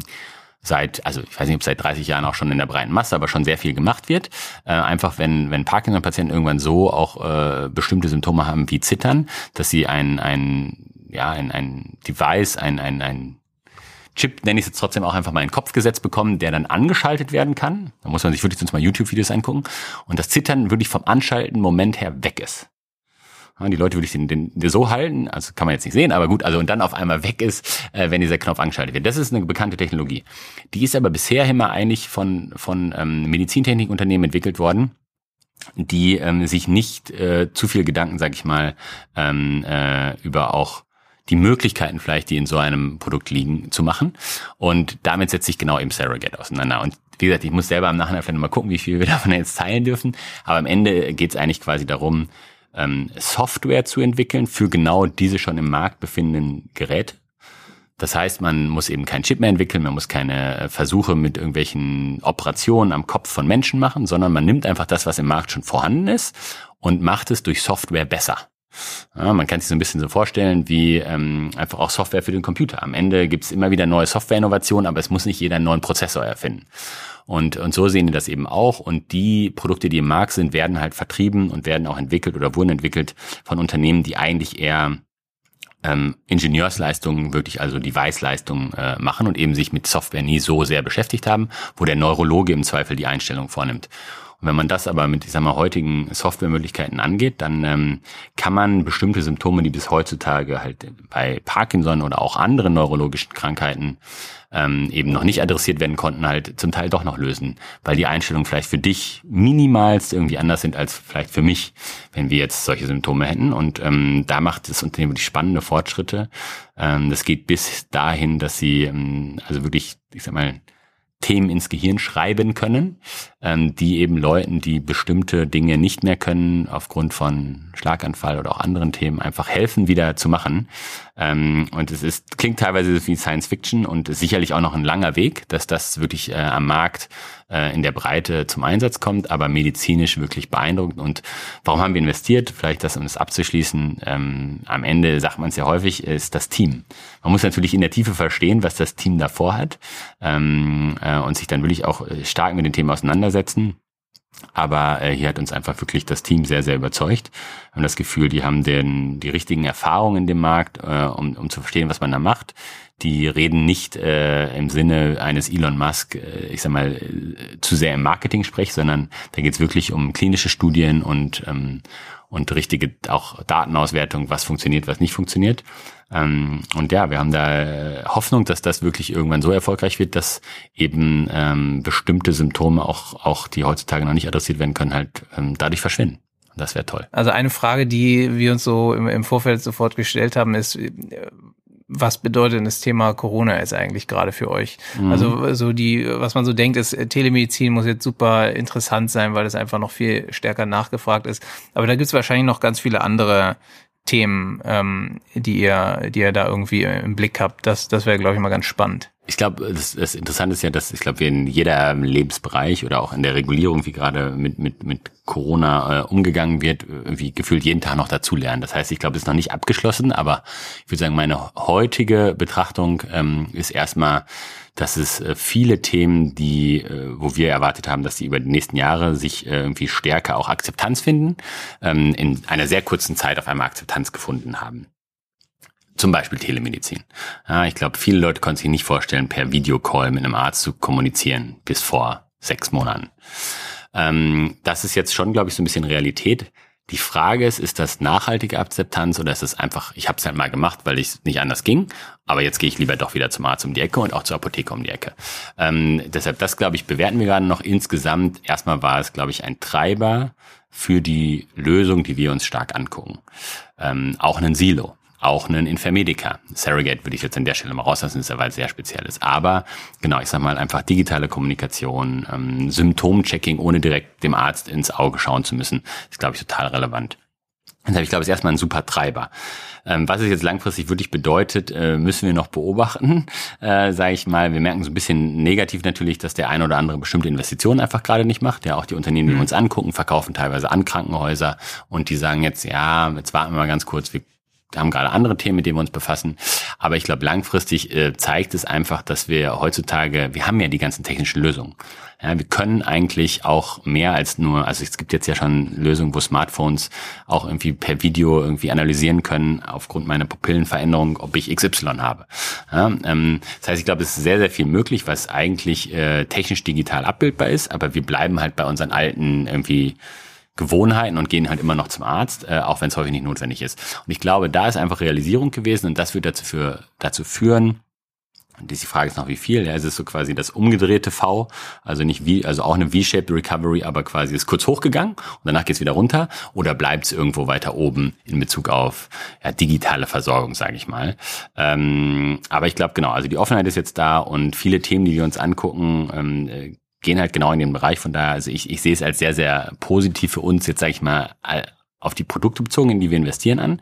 weiß nicht, ob seit 30 Jahren auch schon in der breiten Masse, aber schon sehr viel gemacht wird. Einfach wenn Parkinson-Patienten irgendwann so auch bestimmte Symptome haben wie Zittern, dass sie ein Device, ein Chip, nenne ich es jetzt trotzdem auch einfach mal in den Kopf gesetzt bekommen, der dann angeschaltet werden kann. Da muss man sich wirklich sonst mal YouTube-Videos angucken. Und das Zittern wirklich vom anschalten Moment her weg ist. Ja, die Leute würde ich den so halten, also kann man jetzt nicht sehen, aber gut, also und dann auf einmal weg ist, wenn dieser Knopf angeschaltet wird. Das ist eine bekannte Technologie. Die ist aber bisher immer eigentlich von Medizintechnikunternehmen entwickelt worden, die sich nicht zu viel Gedanken, sag ich mal, über auch die Möglichkeiten vielleicht, die in so einem Produkt liegen, zu machen. Und damit setzt sich genau eben Surrogate auseinander. Und wie gesagt, ich muss selber im Nachhinein vielleicht mal gucken, wie viel wir davon jetzt teilen dürfen. Aber am Ende geht es eigentlich quasi darum, Software zu entwickeln für genau diese schon im Markt befindenden Geräte. Das heißt, man muss eben keinen Chip mehr entwickeln, man muss keine Versuche mit irgendwelchen Operationen am Kopf von Menschen machen, sondern man nimmt einfach das, was im Markt schon vorhanden ist und macht es durch Software besser. Ja, man kann sich so ein bisschen so vorstellen wie einfach auch Software für den Computer. Am Ende gibt es immer wieder neue Softwareinnovationen, aber es muss nicht jeder einen neuen Prozessor erfinden. Und so sehen die das eben auch. Und die Produkte, die im Markt sind, werden halt vertrieben und werden auch entwickelt oder wurden entwickelt von Unternehmen, die eigentlich eher Ingenieursleistungen, wirklich also Device-Leistungen machen und eben sich mit Software nie so sehr beschäftigt haben, wo der Neurologe im Zweifel die Einstellung vornimmt. Und wenn man das aber mit, heutigen Softwaremöglichkeiten angeht, dann kann man bestimmte Symptome, die bis heutzutage halt bei Parkinson oder auch anderen neurologischen Krankheiten eben noch nicht adressiert werden konnten, halt zum Teil doch noch lösen, weil die Einstellungen vielleicht für dich minimalst irgendwie anders sind als vielleicht für mich, wenn wir jetzt solche Symptome hätten. Und da macht das Unternehmen wirklich spannende Fortschritte. Das geht bis dahin, dass sie also wirklich, Themen ins Gehirn schreiben können, die eben Leuten, die bestimmte Dinge nicht mehr können, aufgrund von Schlaganfall oder auch anderen Themen, einfach helfen, wieder zu machen. Und es klingt teilweise wie Science Fiction und ist sicherlich auch noch ein langer Weg, dass das wirklich am Markt in der Breite zum Einsatz kommt, aber medizinisch wirklich beeindruckend. Und warum haben wir investiert? Vielleicht um das abzuschließen, am Ende, sagt man es ja häufig, ist das Team. Man muss natürlich in der Tiefe verstehen, was das Team davor hat und sich dann wirklich auch stark mit den Themen auseinandersetzen. Aber hier hat uns einfach wirklich das Team sehr, sehr überzeugt. Wir haben das Gefühl, die haben die richtigen Erfahrungen in dem Markt, um zu verstehen, was man da macht. Die reden nicht im Sinne eines Elon Musk, zu sehr im Marketing-Sprech, sondern da geht es wirklich um klinische Studien und richtige auch Datenauswertung, was funktioniert, was nicht funktioniert. Und ja, wir haben da Hoffnung, dass das wirklich irgendwann so erfolgreich wird, dass eben bestimmte Symptome auch die heutzutage noch nicht adressiert werden können, halt dadurch verschwinden. Und das wäre toll. Also eine Frage, die wir uns so im Vorfeld sofort gestellt haben, ist, was bedeutet das Thema Corona jetzt eigentlich gerade für euch? Also was man so denkt, ist, Telemedizin muss jetzt super interessant sein, weil es einfach noch viel stärker nachgefragt ist. Aber da gibt es wahrscheinlich noch ganz viele andere Themen, die ihr da irgendwie im Blick habt. Das wäre, glaube ich, mal ganz spannend. Ich glaube, das Interessante ist ja, dass wir in jeder Lebensbereich oder auch in der Regulierung, wie gerade mit Corona umgegangen wird, irgendwie gefühlt jeden Tag noch dazulernen. Das heißt, ich glaube, es ist noch nicht abgeschlossen, aber ich würde sagen, meine heutige Betrachtung ist erstmal, dass es viele Themen, wo wir erwartet haben, dass die über die nächsten Jahre sich irgendwie stärker auch Akzeptanz finden, in einer sehr kurzen Zeit auf einmal Akzeptanz gefunden haben. Zum Beispiel Telemedizin. Ja, ich glaube, viele Leute konnten sich nicht vorstellen, per Videocall mit einem Arzt zu kommunizieren, bis vor 6 Monaten. Das ist jetzt schon, glaube ich, so ein bisschen Realität. Die Frage ist das nachhaltige Akzeptanz oder ist es einfach, ich habe es halt mal gemacht, weil es nicht anders ging, aber jetzt gehe ich lieber doch wieder zum Arzt um die Ecke und auch zur Apotheke um die Ecke. Deshalb, das, glaube ich, bewerten wir gerade noch insgesamt. Erstmal war es, glaube ich, ein Treiber für die Lösung, die wir uns stark angucken. Auch ein Silo. Auch einen Infermedica. Surrogate würde ich jetzt an der Stelle mal rauslassen, ist ja weil es sehr speziell ist. Aber genau, ich sag mal einfach digitale Kommunikation, Symptomchecking, ohne direkt dem Arzt ins Auge schauen zu müssen, ist, glaube ich, total relevant. Deshalb, ich glaube, ist erstmal ein super Treiber. Was es jetzt langfristig wirklich bedeutet, müssen wir noch beobachten, sage ich mal. Wir merken so ein bisschen negativ natürlich, dass der eine oder andere bestimmte Investitionen einfach gerade nicht macht. Ja, auch die Unternehmen, die wir uns angucken, verkaufen teilweise an Krankenhäuser und die sagen jetzt, ja, jetzt warten wir mal ganz kurz, wir haben gerade andere Themen, mit denen wir uns befassen. Aber ich glaube, langfristig zeigt es einfach, dass wir heutzutage, wir haben ja die ganzen technischen Lösungen. Ja, wir können eigentlich auch mehr als nur, also es gibt jetzt ja schon Lösungen, wo Smartphones auch irgendwie per Video irgendwie analysieren können, aufgrund meiner Pupillenveränderung, ob ich XY habe. Ja, das heißt, ich glaube, es ist sehr, sehr viel möglich, was eigentlich technisch digital abbildbar ist, aber wir bleiben halt bei unseren alten irgendwie Gewohnheiten und gehen halt immer noch zum Arzt, auch wenn es häufig nicht notwendig ist. Und ich glaube, da ist einfach Realisierung gewesen und das wird dazu führen, und die Frage ist noch wie viel, ja, es ist so quasi das umgedrehte V, also nicht wie, also auch eine V-shaped Recovery, aber quasi ist kurz hochgegangen und danach geht's wieder runter oder bleibt es irgendwo weiter oben in Bezug auf digitale Versorgung, sage ich mal. Aber ich glaube, genau, also die Offenheit ist jetzt da und viele Themen, die wir uns angucken, gehen halt genau in den Bereich. Von daher, also ich sehe es als sehr, sehr positiv für uns, jetzt sage ich mal, auf die Produkte bezogen, in die wir investieren an.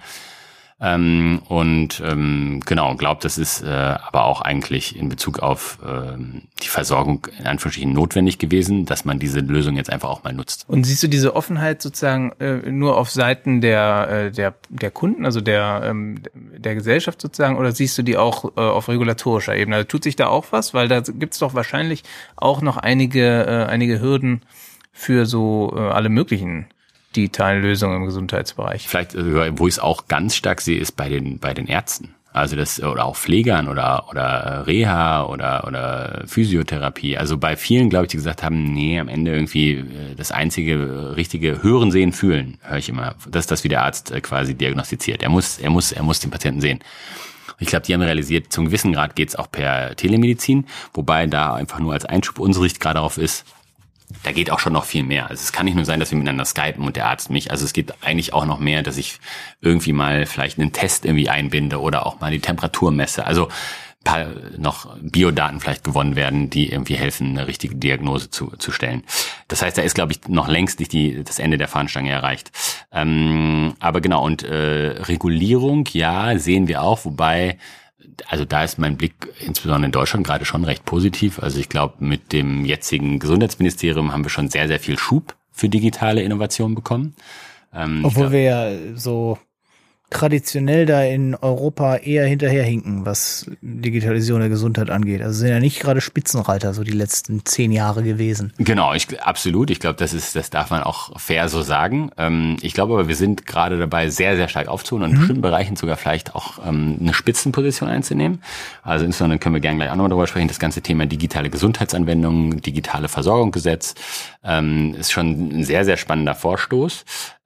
Genau, glaubt, das ist aber auch eigentlich in Bezug auf die Versorgung in Anführungsstrichen notwendig gewesen, dass man diese Lösung jetzt einfach auch mal nutzt. Und siehst du diese Offenheit sozusagen nur auf Seiten der Kunden, also der Gesellschaft sozusagen, oder siehst du die auch auf regulatorischer Ebene? Also tut sich da auch was? Weil da gibt's doch wahrscheinlich auch noch einige Hürden für so alle möglichen digitalen Lösungen im Gesundheitsbereich. Vielleicht, wo ich es auch ganz stark sehe, ist bei den Ärzten. Also das, oder auch Pflegern oder Reha oder Physiotherapie. Also bei vielen, glaube ich, die gesagt haben, nee, am Ende irgendwie das einzige richtige Hören, Sehen, Fühlen, höre ich immer. Das ist das, wie der Arzt quasi diagnostiziert. Er muss den Patienten sehen. Ich glaube, die haben realisiert, zum gewissen Grad geht's auch per Telemedizin, wobei da einfach nur als Einschub unsere Sicht gerade darauf ist, da geht auch schon noch viel mehr. Also es kann nicht nur sein, dass wir miteinander skypen und der Arzt mich. Also es geht eigentlich auch noch mehr, dass ich irgendwie mal vielleicht einen Test irgendwie einbinde oder auch mal die Temperatur messe. Also ein paar noch Biodaten vielleicht gewonnen werden, die irgendwie helfen, eine richtige Diagnose zu stellen. Das heißt, da ist, glaube ich, noch längst nicht das Ende der Fahnenstange erreicht. Aber genau, und Regulierung, ja, sehen wir auch, wobei, also da ist mein Blick insbesondere in Deutschland gerade schon recht positiv. Also ich glaube, mit dem jetzigen Gesundheitsministerium haben wir schon sehr, sehr viel Schub für digitale Innovation bekommen. Obwohl wir ja so traditionell da in Europa eher hinterherhinken, was Digitalisierung der Gesundheit angeht. Also sind ja nicht gerade Spitzenreiter so die letzten 10 Jahre gewesen. Genau, absolut. Ich glaube, das darf man auch fair so sagen. Ich glaube aber, wir sind gerade dabei, sehr, sehr stark aufzuholen und in bestimmten Bereichen sogar vielleicht auch eine Spitzenposition einzunehmen. Also insbesondere können wir gerne gleich auch nochmal darüber sprechen. Das ganze Thema digitale Gesundheitsanwendungen, digitale Versorgungsgesetz ist schon ein sehr, sehr spannender Vorstoß.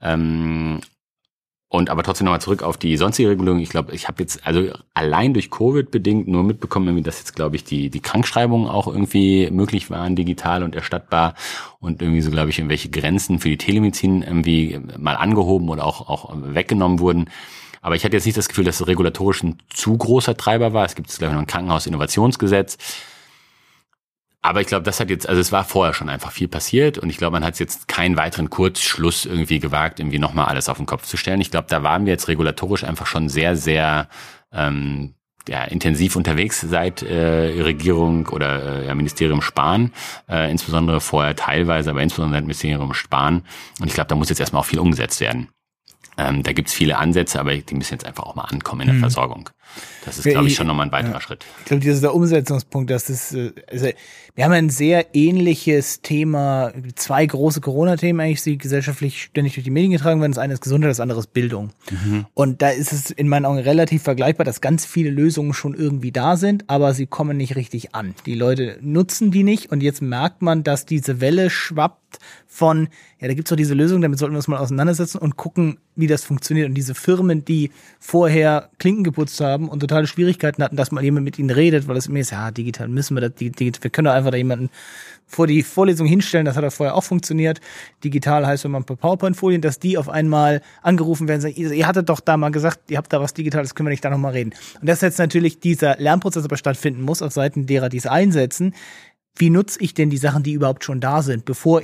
Und aber trotzdem nochmal zurück auf die sonstige Regulierung. Ich glaube, ich habe jetzt also allein durch Covid bedingt nur mitbekommen, dass jetzt, glaube ich, die Krankschreibungen auch irgendwie möglich waren, digital und erstattbar und irgendwie so, glaube ich, irgendwelche Grenzen für die Telemedizin irgendwie mal angehoben oder auch weggenommen wurden. Aber ich hatte jetzt nicht das Gefühl, dass es regulatorisch ein zu großer Treiber war. Es gibt jetzt, glaube ich, noch ein Krankenhausinnovationsgesetz. Aber ich glaube, das hat jetzt, also es war vorher schon einfach viel passiert und ich glaube, man hat jetzt keinen weiteren Kurzschluss irgendwie gewagt, irgendwie nochmal alles auf den Kopf zu stellen. Ich glaube, da waren wir jetzt regulatorisch einfach schon sehr, sehr intensiv unterwegs seit Regierung oder Ministerium Spahn, insbesondere vorher teilweise, aber insbesondere seit Ministerium Spahn. Und ich glaube, da muss jetzt erstmal auch viel umgesetzt werden. Da gibt's viele Ansätze, aber die müssen jetzt einfach auch mal ankommen in der Versorgung. Das ist, glaube ich, schon nochmal ein weiterer Schritt. Ich glaube, das ist der Umsetzungspunkt, dass das, also wir haben ein sehr ähnliches Thema, 2 große Corona-Themen eigentlich, die gesellschaftlich ständig durch die Medien getragen werden. Das eine ist Gesundheit, das andere ist Bildung. Und da ist es in meinen Augen relativ vergleichbar, dass ganz viele Lösungen schon irgendwie da sind, aber sie kommen nicht richtig an. Die Leute nutzen die nicht und jetzt merkt man, dass diese Welle schwappt von, ja, da gibt's doch diese Lösung, damit sollten wir uns mal auseinandersetzen und gucken, wie das funktioniert. Und diese Firmen, die vorher Klinken geputzt haben und totale Schwierigkeiten hatten, dass mal jemand mit ihnen redet, weil es immer ist, ja, digital müssen wir das, wir können doch einfach da jemanden vor die Vorlesung hinstellen, das hat ja vorher auch funktioniert. Digital heißt, wenn man per PowerPoint-Folien, dass die auf einmal angerufen werden, sagen, ihr hattet doch da mal gesagt, ihr habt da was Digitales, können wir nicht da nochmal reden. Und das ist jetzt natürlich dieser Lernprozess aber stattfinden muss, auf Seiten derer, die es einsetzen. Wie nutze ich denn die Sachen, die überhaupt schon da sind, bevor ich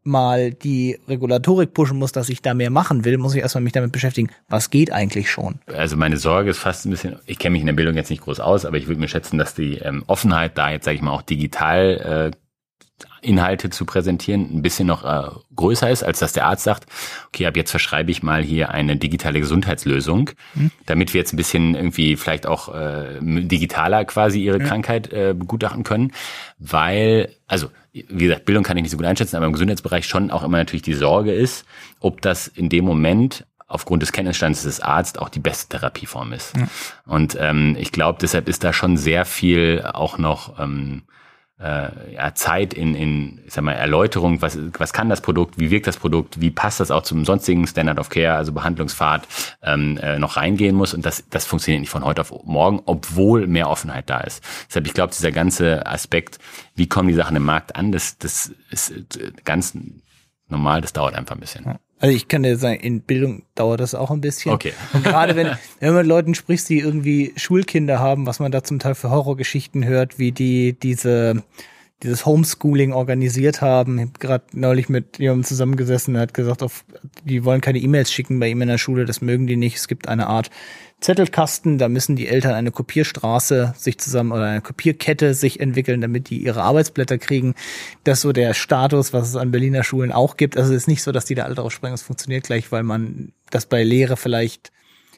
mal die Regulatorik pushen muss, dass ich da mehr machen will, muss ich erstmal mich damit beschäftigen, was geht eigentlich schon. Also meine Sorge ist fast ein bisschen, ich kenne mich in der Bildung jetzt nicht groß aus, aber ich würde mir schätzen, dass die Offenheit da jetzt, sage ich mal, auch digital Inhalte zu präsentieren, ein bisschen noch größer ist, als dass der Arzt sagt, okay, ab jetzt verschreibe ich mal hier eine digitale Gesundheitslösung, damit wir jetzt ein bisschen irgendwie vielleicht auch digitaler quasi ihre Krankheit begutachten können, weil, also wie gesagt, Bildung kann ich nicht so gut einschätzen, aber im Gesundheitsbereich schon auch immer natürlich die Sorge ist, ob das in dem Moment aufgrund des Kenntnisstands des Arztes auch die beste Therapieform ist. Ja. Und ich glaube, deshalb ist da schon sehr viel auch noch Zeit in ich sag mal, Erläuterung, was kann das Produkt, wie wirkt das Produkt, wie passt das auch zum sonstigen Standard of Care, also Behandlungspfad, noch reingehen muss. Und das funktioniert nicht von heute auf morgen, obwohl mehr Offenheit da ist. Deshalb, ich glaube, dieser ganze Aspekt, wie kommen die Sachen im Markt an, das ist ganz normal, das dauert einfach ein bisschen. Ja. Also ich kann dir sagen, in Bildung dauert das auch ein bisschen. Okay. Und gerade wenn du mit Leuten sprichst, die irgendwie Schulkinder haben, was man da zum Teil für Horrorgeschichten hört, wie die dieses Homeschooling organisiert haben. Ich habe gerade neulich mit jemandem zusammengesessen, der hat gesagt, die wollen keine E-Mails schicken bei ihm in der Schule, das mögen die nicht. Es gibt eine Art Zettelkasten, da müssen die Eltern eine Kopierstraße sich zusammen oder eine Kopierkette sich entwickeln, damit die ihre Arbeitsblätter kriegen. Das ist so der Status, was es an Berliner Schulen auch gibt. Also es ist nicht so, dass die da alle drauf springen. Es funktioniert gleich, weil man das bei Lehre vielleicht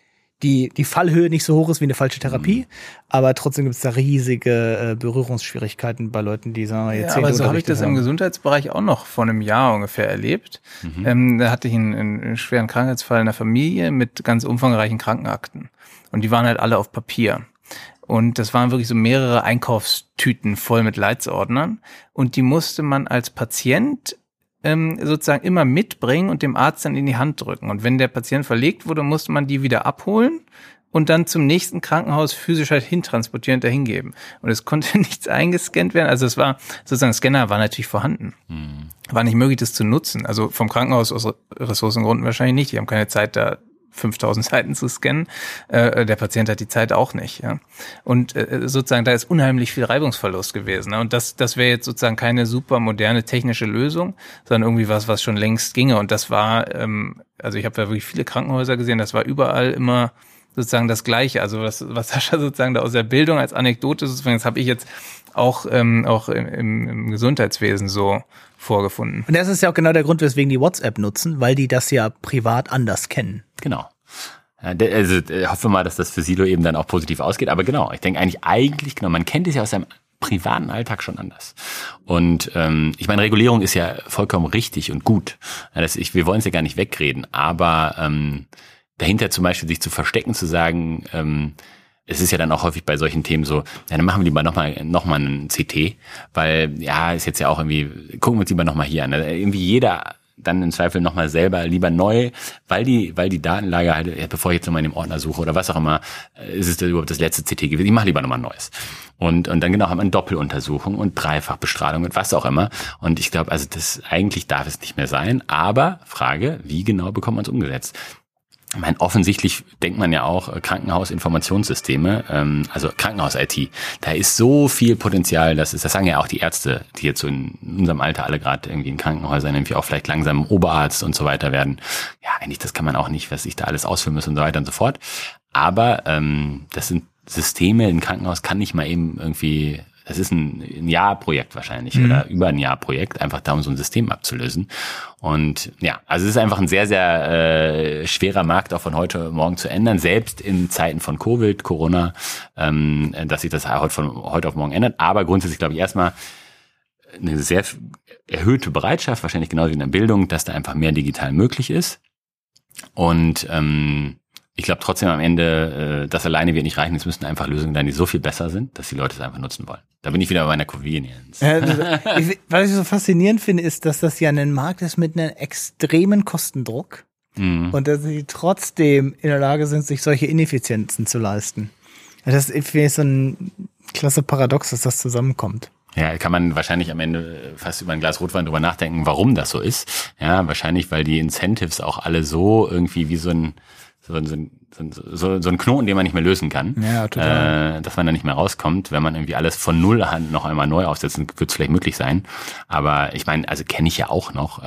die Fallhöhe nicht so hoch ist wie eine falsche Therapie, aber trotzdem gibt es da riesige Berührungsschwierigkeiten bei Leuten, die sagen, jetzt aber so habe ich das im Gesundheitsbereich auch noch vor einem Jahr ungefähr erlebt. Da hatte ich einen schweren Krankheitsfall in der Familie mit ganz umfangreichen Krankenakten und die waren halt alle auf Papier. Und das waren wirklich so mehrere Einkaufstüten voll mit Leitsordnern und die musste man als Patient sozusagen immer mitbringen und dem Arzt dann in die Hand drücken. Und wenn der Patient verlegt wurde, musste man die wieder abholen und dann zum nächsten Krankenhaus physisch halt hintransportieren und dahin geben. Und es konnte nichts eingescannt werden. Also es war sozusagen, Scanner war natürlich vorhanden. War nicht möglich, das zu nutzen. Also vom Krankenhaus aus Ressourcengründen wahrscheinlich nicht. Die haben keine Zeit, da 5000 Seiten zu scannen. Der Patient hat die Zeit auch nicht. Ja. Und sozusagen, da ist unheimlich viel Reibungsverlust gewesen. Ne? Und das wäre jetzt sozusagen keine super moderne technische Lösung, sondern irgendwie was schon längst ginge. Und das war, also ich habe da wirklich viele Krankenhäuser gesehen, das war überall immer sozusagen das Gleiche. Also was Sascha sozusagen da aus der Bildung als Anekdote sozusagen, das habe ich jetzt auch im Gesundheitswesen so vorgefunden. Und das ist ja auch genau der Grund, weswegen die WhatsApp nutzen, weil die das ja privat anders kennen. Genau. Also hoffe mal, dass das für Silo eben dann auch positiv ausgeht. Aber genau, ich denke eigentlich, genau, man kennt es ja aus seinem privaten Alltag schon anders. Und ich meine, Regulierung ist ja vollkommen richtig und gut. Wir wollen es ja gar nicht wegreden, aber dahinter zum Beispiel sich zu verstecken, zu sagen, es ist ja dann auch häufig bei solchen Themen so, ja, dann machen wir lieber nochmal einen CT, weil, ja, ist jetzt ja auch irgendwie, gucken wir uns lieber nochmal hier an. Irgendwie jeder dann im Zweifel nochmal selber lieber neu, weil die Datenlage halt, ja, bevor ich jetzt nochmal in dem Ordner suche oder was auch immer, ist es überhaupt das letzte CT gewesen, ich mache lieber nochmal ein neues. Und dann genau haben wir eine Doppeluntersuchung und Dreifachbestrahlung und was auch immer. Und ich glaube, also eigentlich darf es nicht mehr sein, aber Frage, wie genau bekommt man es umgesetzt? Ich meine, offensichtlich denkt man ja auch Krankenhausinformationssysteme, also Krankenhaus-IT. Da ist so viel Potenzial, das sagen ja auch die Ärzte, die jetzt so in unserem Alter alle gerade irgendwie in Krankenhäusern irgendwie auch vielleicht langsam Oberarzt und so weiter werden. Ja, eigentlich, das kann man auch nicht, was ich da alles ausfüllen muss und so weiter und so fort. Aber das sind Systeme, ein Krankenhaus kann nicht mal eben irgendwie, das ist ein Jahrprojekt wahrscheinlich oder über ein Jahrprojekt, einfach da, um so ein System abzulösen. Und ja, also es ist einfach ein sehr, sehr schwerer Markt auch von heute morgen zu ändern, selbst in Zeiten von Covid, Corona, dass sich das von heute auf morgen ändert. Aber grundsätzlich glaube ich erstmal eine sehr erhöhte Bereitschaft, wahrscheinlich genauso wie in der Bildung, dass da einfach mehr digital möglich ist. Und ich glaube trotzdem am Ende, das alleine wird nicht reichen. Es müssten einfach Lösungen sein, die so viel besser sind, dass die Leute es einfach nutzen wollen. Da bin ich wieder bei meiner Convenience. Was ich so faszinierend finde, ist, dass das ja ein Markt ist mit einem extremen Kostendruck und dass sie trotzdem in der Lage sind, sich solche Ineffizienzen zu leisten. Das finde ich so ein klasse Paradox, dass das zusammenkommt. Ja, kann man wahrscheinlich am Ende fast über ein Glas Rotwein drüber nachdenken, warum das so ist. Ja, wahrscheinlich, weil die Incentives auch alle so irgendwie wie so ein so ein Knoten, den man nicht mehr lösen kann. Ja, total. Dass man da nicht mehr rauskommt. Wenn man irgendwie alles von Null an noch einmal neu aufsetzt, wird es vielleicht möglich sein. Aber ich meine, also kenne ich ja auch noch.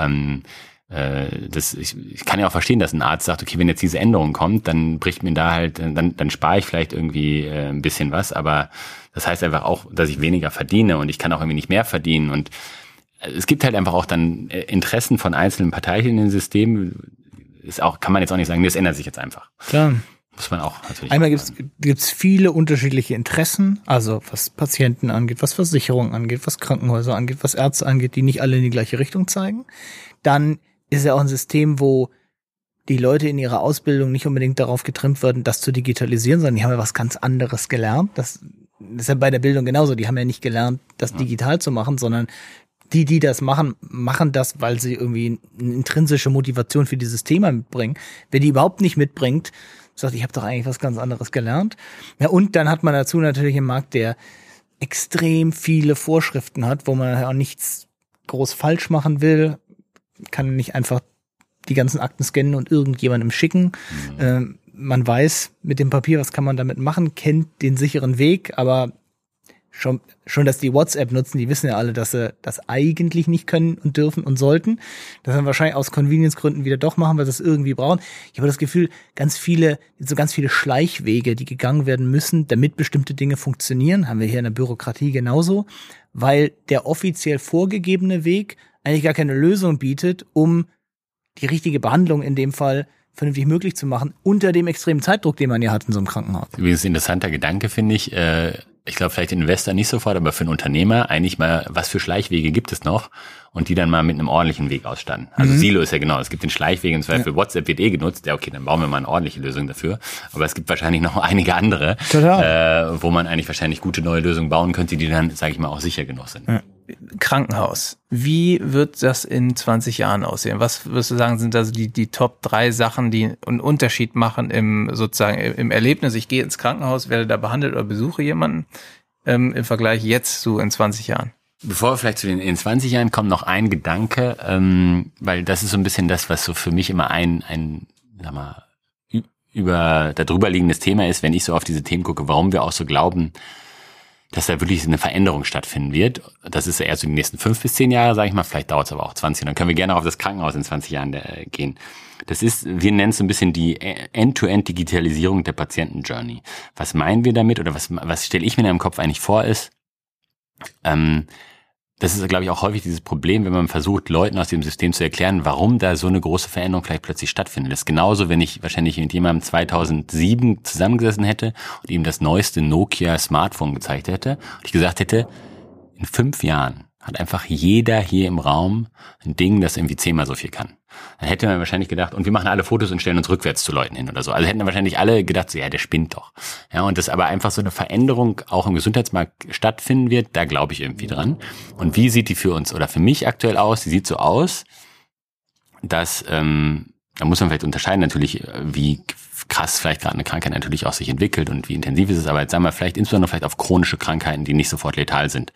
Ich kann ja auch verstehen, dass ein Arzt sagt, okay, wenn jetzt diese Änderung kommt, dann bricht mir da halt, dann spare ich vielleicht irgendwie ein bisschen was. Aber das heißt einfach auch, dass ich weniger verdiene und ich kann auch irgendwie nicht mehr verdienen. Und es gibt halt einfach auch dann Interessen von einzelnen Parteien in den Systemen. Kann man jetzt auch nicht sagen, das ändert sich jetzt einfach. Klar. Muss man auch natürlich. Einmal gibt's viele unterschiedliche Interessen, also was Patienten angeht, was Versicherungen angeht, was Krankenhäuser angeht, was Ärzte angeht, die nicht alle in die gleiche Richtung zeigen. Dann ist ja auch ein System, wo die Leute in ihrer Ausbildung nicht unbedingt darauf getrimmt werden, das zu digitalisieren, sondern die haben ja was ganz anderes gelernt. Das ist ja bei der Bildung genauso. Die haben ja nicht gelernt, das digital zu machen, sondern die das machen das, weil sie irgendwie eine intrinsische Motivation für dieses Thema mitbringen. Wer die überhaupt nicht mitbringt, sagt, ich habe doch eigentlich was ganz anderes gelernt. Ja, und dann hat man dazu natürlich einen Markt, der extrem viele Vorschriften hat, wo man auch nichts groß falsch machen will, kann nicht einfach die ganzen Akten scannen und irgendjemandem schicken. Man weiß mit dem Papier, was kann man damit machen, kennt den sicheren Weg, aber schon, dass die WhatsApp nutzen, die wissen ja alle, dass sie das eigentlich nicht können und dürfen und sollten. Das dann wahrscheinlich aus Convenience-Gründen wieder doch machen, weil sie es irgendwie brauchen. Ich habe das Gefühl, ganz viele Schleichwege, die gegangen werden müssen, damit bestimmte Dinge funktionieren, haben wir hier in der Bürokratie genauso, weil der offiziell vorgegebene Weg eigentlich gar keine Lösung bietet, um die richtige Behandlung in dem Fall vernünftig möglich zu machen, unter dem extremen Zeitdruck, den man ja hat in so einem Krankenhaus. Übrigens ein interessanter Gedanke, finde ich. Ich glaube, vielleicht den Investor nicht sofort, aber für einen Unternehmer eigentlich mal, was für Schleichwege gibt es noch und die dann mal mit einem ordentlichen Weg ausstatten. Also Silo ist ja genau, es gibt den Schleichweg, im Zweifel WhatsApp wird genutzt, ja okay, dann bauen wir mal eine ordentliche Lösung dafür, aber es gibt wahrscheinlich noch einige andere, wo man eigentlich wahrscheinlich gute neue Lösungen bauen könnte, die dann, sage ich mal, auch sicher genug sind. Ja. Krankenhaus. Wie wird das in 20 Jahren aussehen? Was würdest du sagen, sind also die Top 3 Sachen, die einen Unterschied machen im Erlebnis? Ich gehe ins Krankenhaus, werde da behandelt oder besuche jemanden im Vergleich jetzt so in 20 Jahren? Bevor wir vielleicht zu den in 20 Jahren kommen, noch ein Gedanke, weil das ist so ein bisschen das, was so für mich immer ein sag mal, über darüber liegendes Thema ist, wenn ich so auf diese Themen gucke, warum wir auch so glauben, dass da wirklich eine Veränderung stattfinden wird. Das ist ja eher so die nächsten 5 bis 10 Jahre, sage ich mal. Vielleicht dauert es aber auch 20. Dann können wir gerne auf das Krankenhaus in 20 Jahren gehen. Das ist, wir nennen es so ein bisschen die End-to-End-Digitalisierung der Patienten-Journey. Was meinen wir damit oder was stelle ich mir da im Kopf eigentlich vor ist, das ist, glaube ich, auch häufig dieses Problem, wenn man versucht, Leuten aus dem System zu erklären, warum da so eine große Veränderung vielleicht plötzlich stattfindet. Das ist genauso, wenn ich wahrscheinlich mit jemandem 2007 zusammengesessen hätte und ihm das neueste Nokia-Smartphone gezeigt hätte und ich gesagt hätte, in 5 Jahren hat einfach jeder hier im Raum ein Ding, das irgendwie 10-mal so viel kann. Dann hätte man wahrscheinlich gedacht, und wir machen alle Fotos und stellen uns rückwärts zu Leuten hin oder so. Also hätten wahrscheinlich alle gedacht, so, ja, der spinnt doch. Ja, und dass aber einfach so eine Veränderung auch im Gesundheitsmarkt stattfinden wird, da glaube ich irgendwie dran. Und wie sieht die für uns oder für mich aktuell aus? Die sieht so aus, dass, da muss man vielleicht unterscheiden natürlich, wie krass vielleicht gerade eine Krankheit natürlich auch sich entwickelt und wie intensiv ist es, aber jetzt sagen wir vielleicht insbesondere vielleicht auf chronische Krankheiten, die nicht sofort letal sind,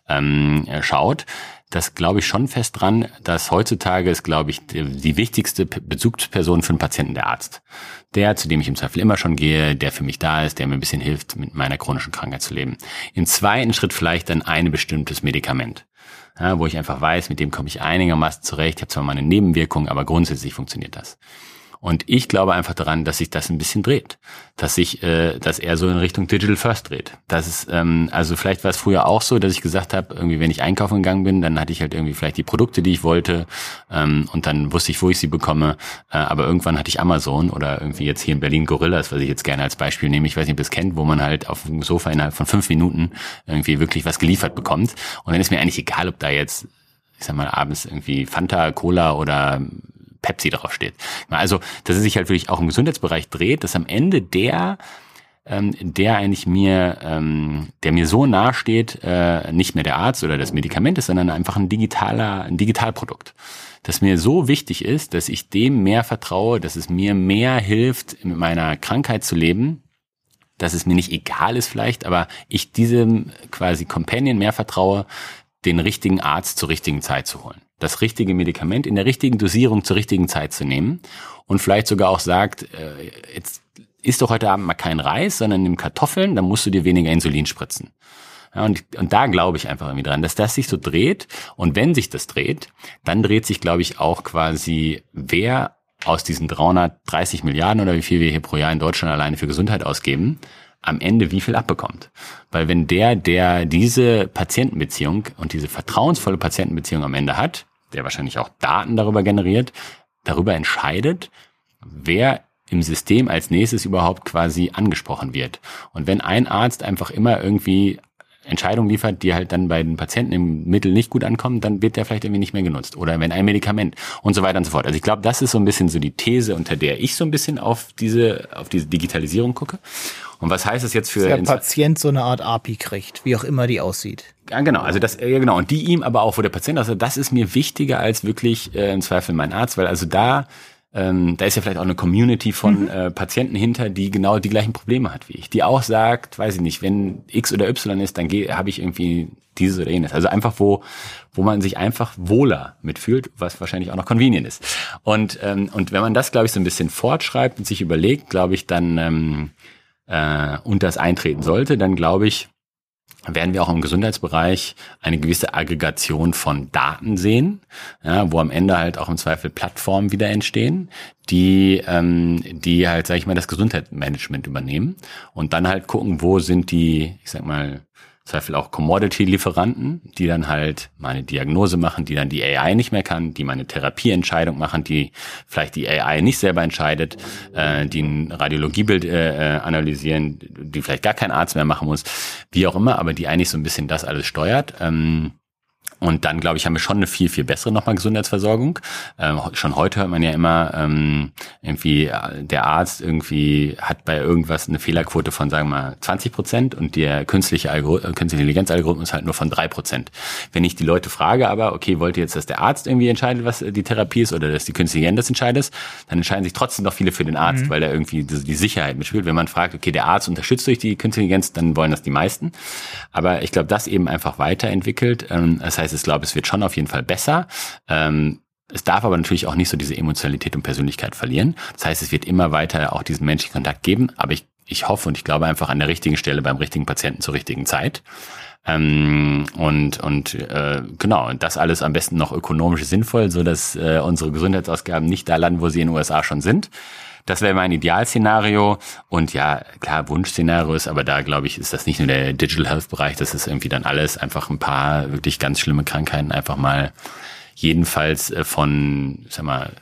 schaut. Das glaube ich schon fest dran, dass heutzutage ist, glaube ich, die wichtigste Bezugsperson für einen Patienten der Arzt. Der, zu dem ich im Zweifel immer schon gehe, der für mich da ist, der mir ein bisschen hilft, mit meiner chronischen Krankheit zu leben. Im zweiten Schritt vielleicht dann ein bestimmtes Medikament. Ja, wo ich einfach weiß, mit dem komme ich einigermaßen zurecht. Ich habe zwar mal eine Nebenwirkung, aber grundsätzlich funktioniert das. Und ich glaube einfach daran, dass sich das ein bisschen dreht, dass er so in Richtung Digital First dreht. Das ist, also vielleicht war es früher auch so, dass ich gesagt habe, irgendwie, wenn ich einkaufen gegangen bin, dann hatte ich halt irgendwie vielleicht die Produkte, die ich wollte, und dann wusste ich, wo ich sie bekomme. Aber irgendwann hatte ich Amazon oder irgendwie jetzt hier in Berlin Gorillas, was ich jetzt gerne als Beispiel nehme. Ich weiß nicht, ob ihr es kennt, wo man halt auf dem Sofa innerhalb von 5 Minuten irgendwie wirklich was geliefert bekommt. Und dann ist mir eigentlich egal, ob da jetzt, ich sag mal, abends irgendwie Fanta, Cola oder Pepsi drauf steht. Also, dass es sich halt wirklich auch im Gesundheitsbereich dreht, dass am Ende der eigentlich der mir so nahe steht, nicht mehr der Arzt oder das Medikament ist, sondern einfach ein Digitalprodukt. Das mir so wichtig ist, dass ich dem mehr vertraue, dass es mir mehr hilft, mit meiner Krankheit zu leben, dass es mir nicht egal ist vielleicht, aber ich diesem quasi Companion mehr vertraue, den richtigen Arzt zur richtigen Zeit zu holen. das richtige Medikament in der richtigen Dosierung zur richtigen Zeit zu nehmen und vielleicht sogar auch sagt, jetzt isst doch heute Abend mal kein Reis, sondern nimm Kartoffeln, dann musst du dir weniger Insulin spritzen. Ja, und da glaube ich einfach irgendwie dran, dass das sich so dreht. Und wenn sich das dreht, dann dreht sich, glaube ich, auch quasi, wer aus diesen 330 Milliarden oder wie viel wir hier pro Jahr in Deutschland alleine für Gesundheit ausgeben, am Ende wie viel abbekommt. Weil wenn der diese Patientenbeziehung und diese vertrauensvolle Patientenbeziehung am Ende hat, der wahrscheinlich auch Daten darüber generiert, darüber entscheidet, wer im System als nächstes überhaupt quasi angesprochen wird. Und wenn ein Arzt einfach immer irgendwie Entscheidungen liefert, die halt dann bei den Patienten im Mittel nicht gut ankommen, dann wird der vielleicht irgendwie nicht mehr genutzt. Oder wenn ein Medikament und so weiter und so fort. Also ich glaube, das ist so ein bisschen so die These, unter der ich so ein bisschen auf diese Digitalisierung gucke. Und was heißt das jetzt für... Dass der Patient so eine Art API kriegt, wie auch immer die aussieht. Ja, genau. Also das, ja, genau. Und die ihm aber auch, wo der Patient, also das ist mir wichtiger als wirklich im Zweifel mein Arzt, weil also da ist ja vielleicht auch eine Community von Patienten hinter, die genau die gleichen Probleme hat wie ich. Die auch sagt, weiß ich nicht, wenn X oder Y ist, dann habe ich irgendwie dieses oder jenes. Also einfach, wo man sich einfach wohler mitfühlt, was wahrscheinlich auch noch convenient ist. Und wenn man das, glaube ich, so ein bisschen fortschreibt und sich überlegt, glaube ich, dann und das eintreten sollte, dann glaube ich, werden wir auch im Gesundheitsbereich eine gewisse Aggregation von Daten sehen, ja, wo am Ende halt auch im Zweifel Plattformen wieder entstehen, die halt, sag ich mal, das Gesundheitsmanagement übernehmen und dann halt gucken, wo sind die, ich sag mal, im Zweifel auch Commodity-Lieferanten, die dann halt meine Diagnose machen, die dann die AI nicht mehr kann, die meine Therapieentscheidung machen, die vielleicht die AI nicht selber entscheidet, die ein Radiologiebild analysieren, die vielleicht gar kein Arzt mehr machen muss, wie auch immer, aber die eigentlich so ein bisschen das alles steuert. Und dann, glaube ich, haben wir schon eine viel, viel bessere nochmal Gesundheitsversorgung. Schon heute hört man ja immer, irgendwie der Arzt irgendwie hat bei irgendwas eine Fehlerquote von, sagen wir mal, 20% und der künstliche Intelligenzalgorithmus halt nur von 3%. Wenn ich die Leute frage aber, okay, wollt ihr jetzt, dass der Arzt irgendwie entscheidet, was die Therapie ist oder dass die künstliche Intelligenz entscheidet, dann entscheiden sich trotzdem noch viele für den Arzt, weil er irgendwie die Sicherheit mitspielt. Wenn man fragt, okay, der Arzt unterstützt durch die künstliche Intelligenz, dann wollen das die meisten. Aber ich glaube, das eben einfach weiterentwickelt. Das heißt, ich glaube, es wird schon auf jeden Fall besser. Es darf aber natürlich auch nicht so diese Emotionalität und Persönlichkeit verlieren. Das heißt, es wird immer weiter auch diesen menschlichen Kontakt geben. Aber ich hoffe und ich glaube einfach an der richtigen Stelle beim richtigen Patienten zur richtigen Zeit. Genau, und das alles am besten noch ökonomisch sinnvoll, so dass unsere Gesundheitsausgaben nicht da landen, wo sie in den USA schon sind. Das wäre mein Idealszenario und ja, klar, Wunschszenario ist, aber da glaube ich, ist das nicht nur der Digital Health Bereich, das ist irgendwie dann alles einfach ein paar wirklich ganz schlimme Krankheiten einfach mal jedenfalls von, sag mal,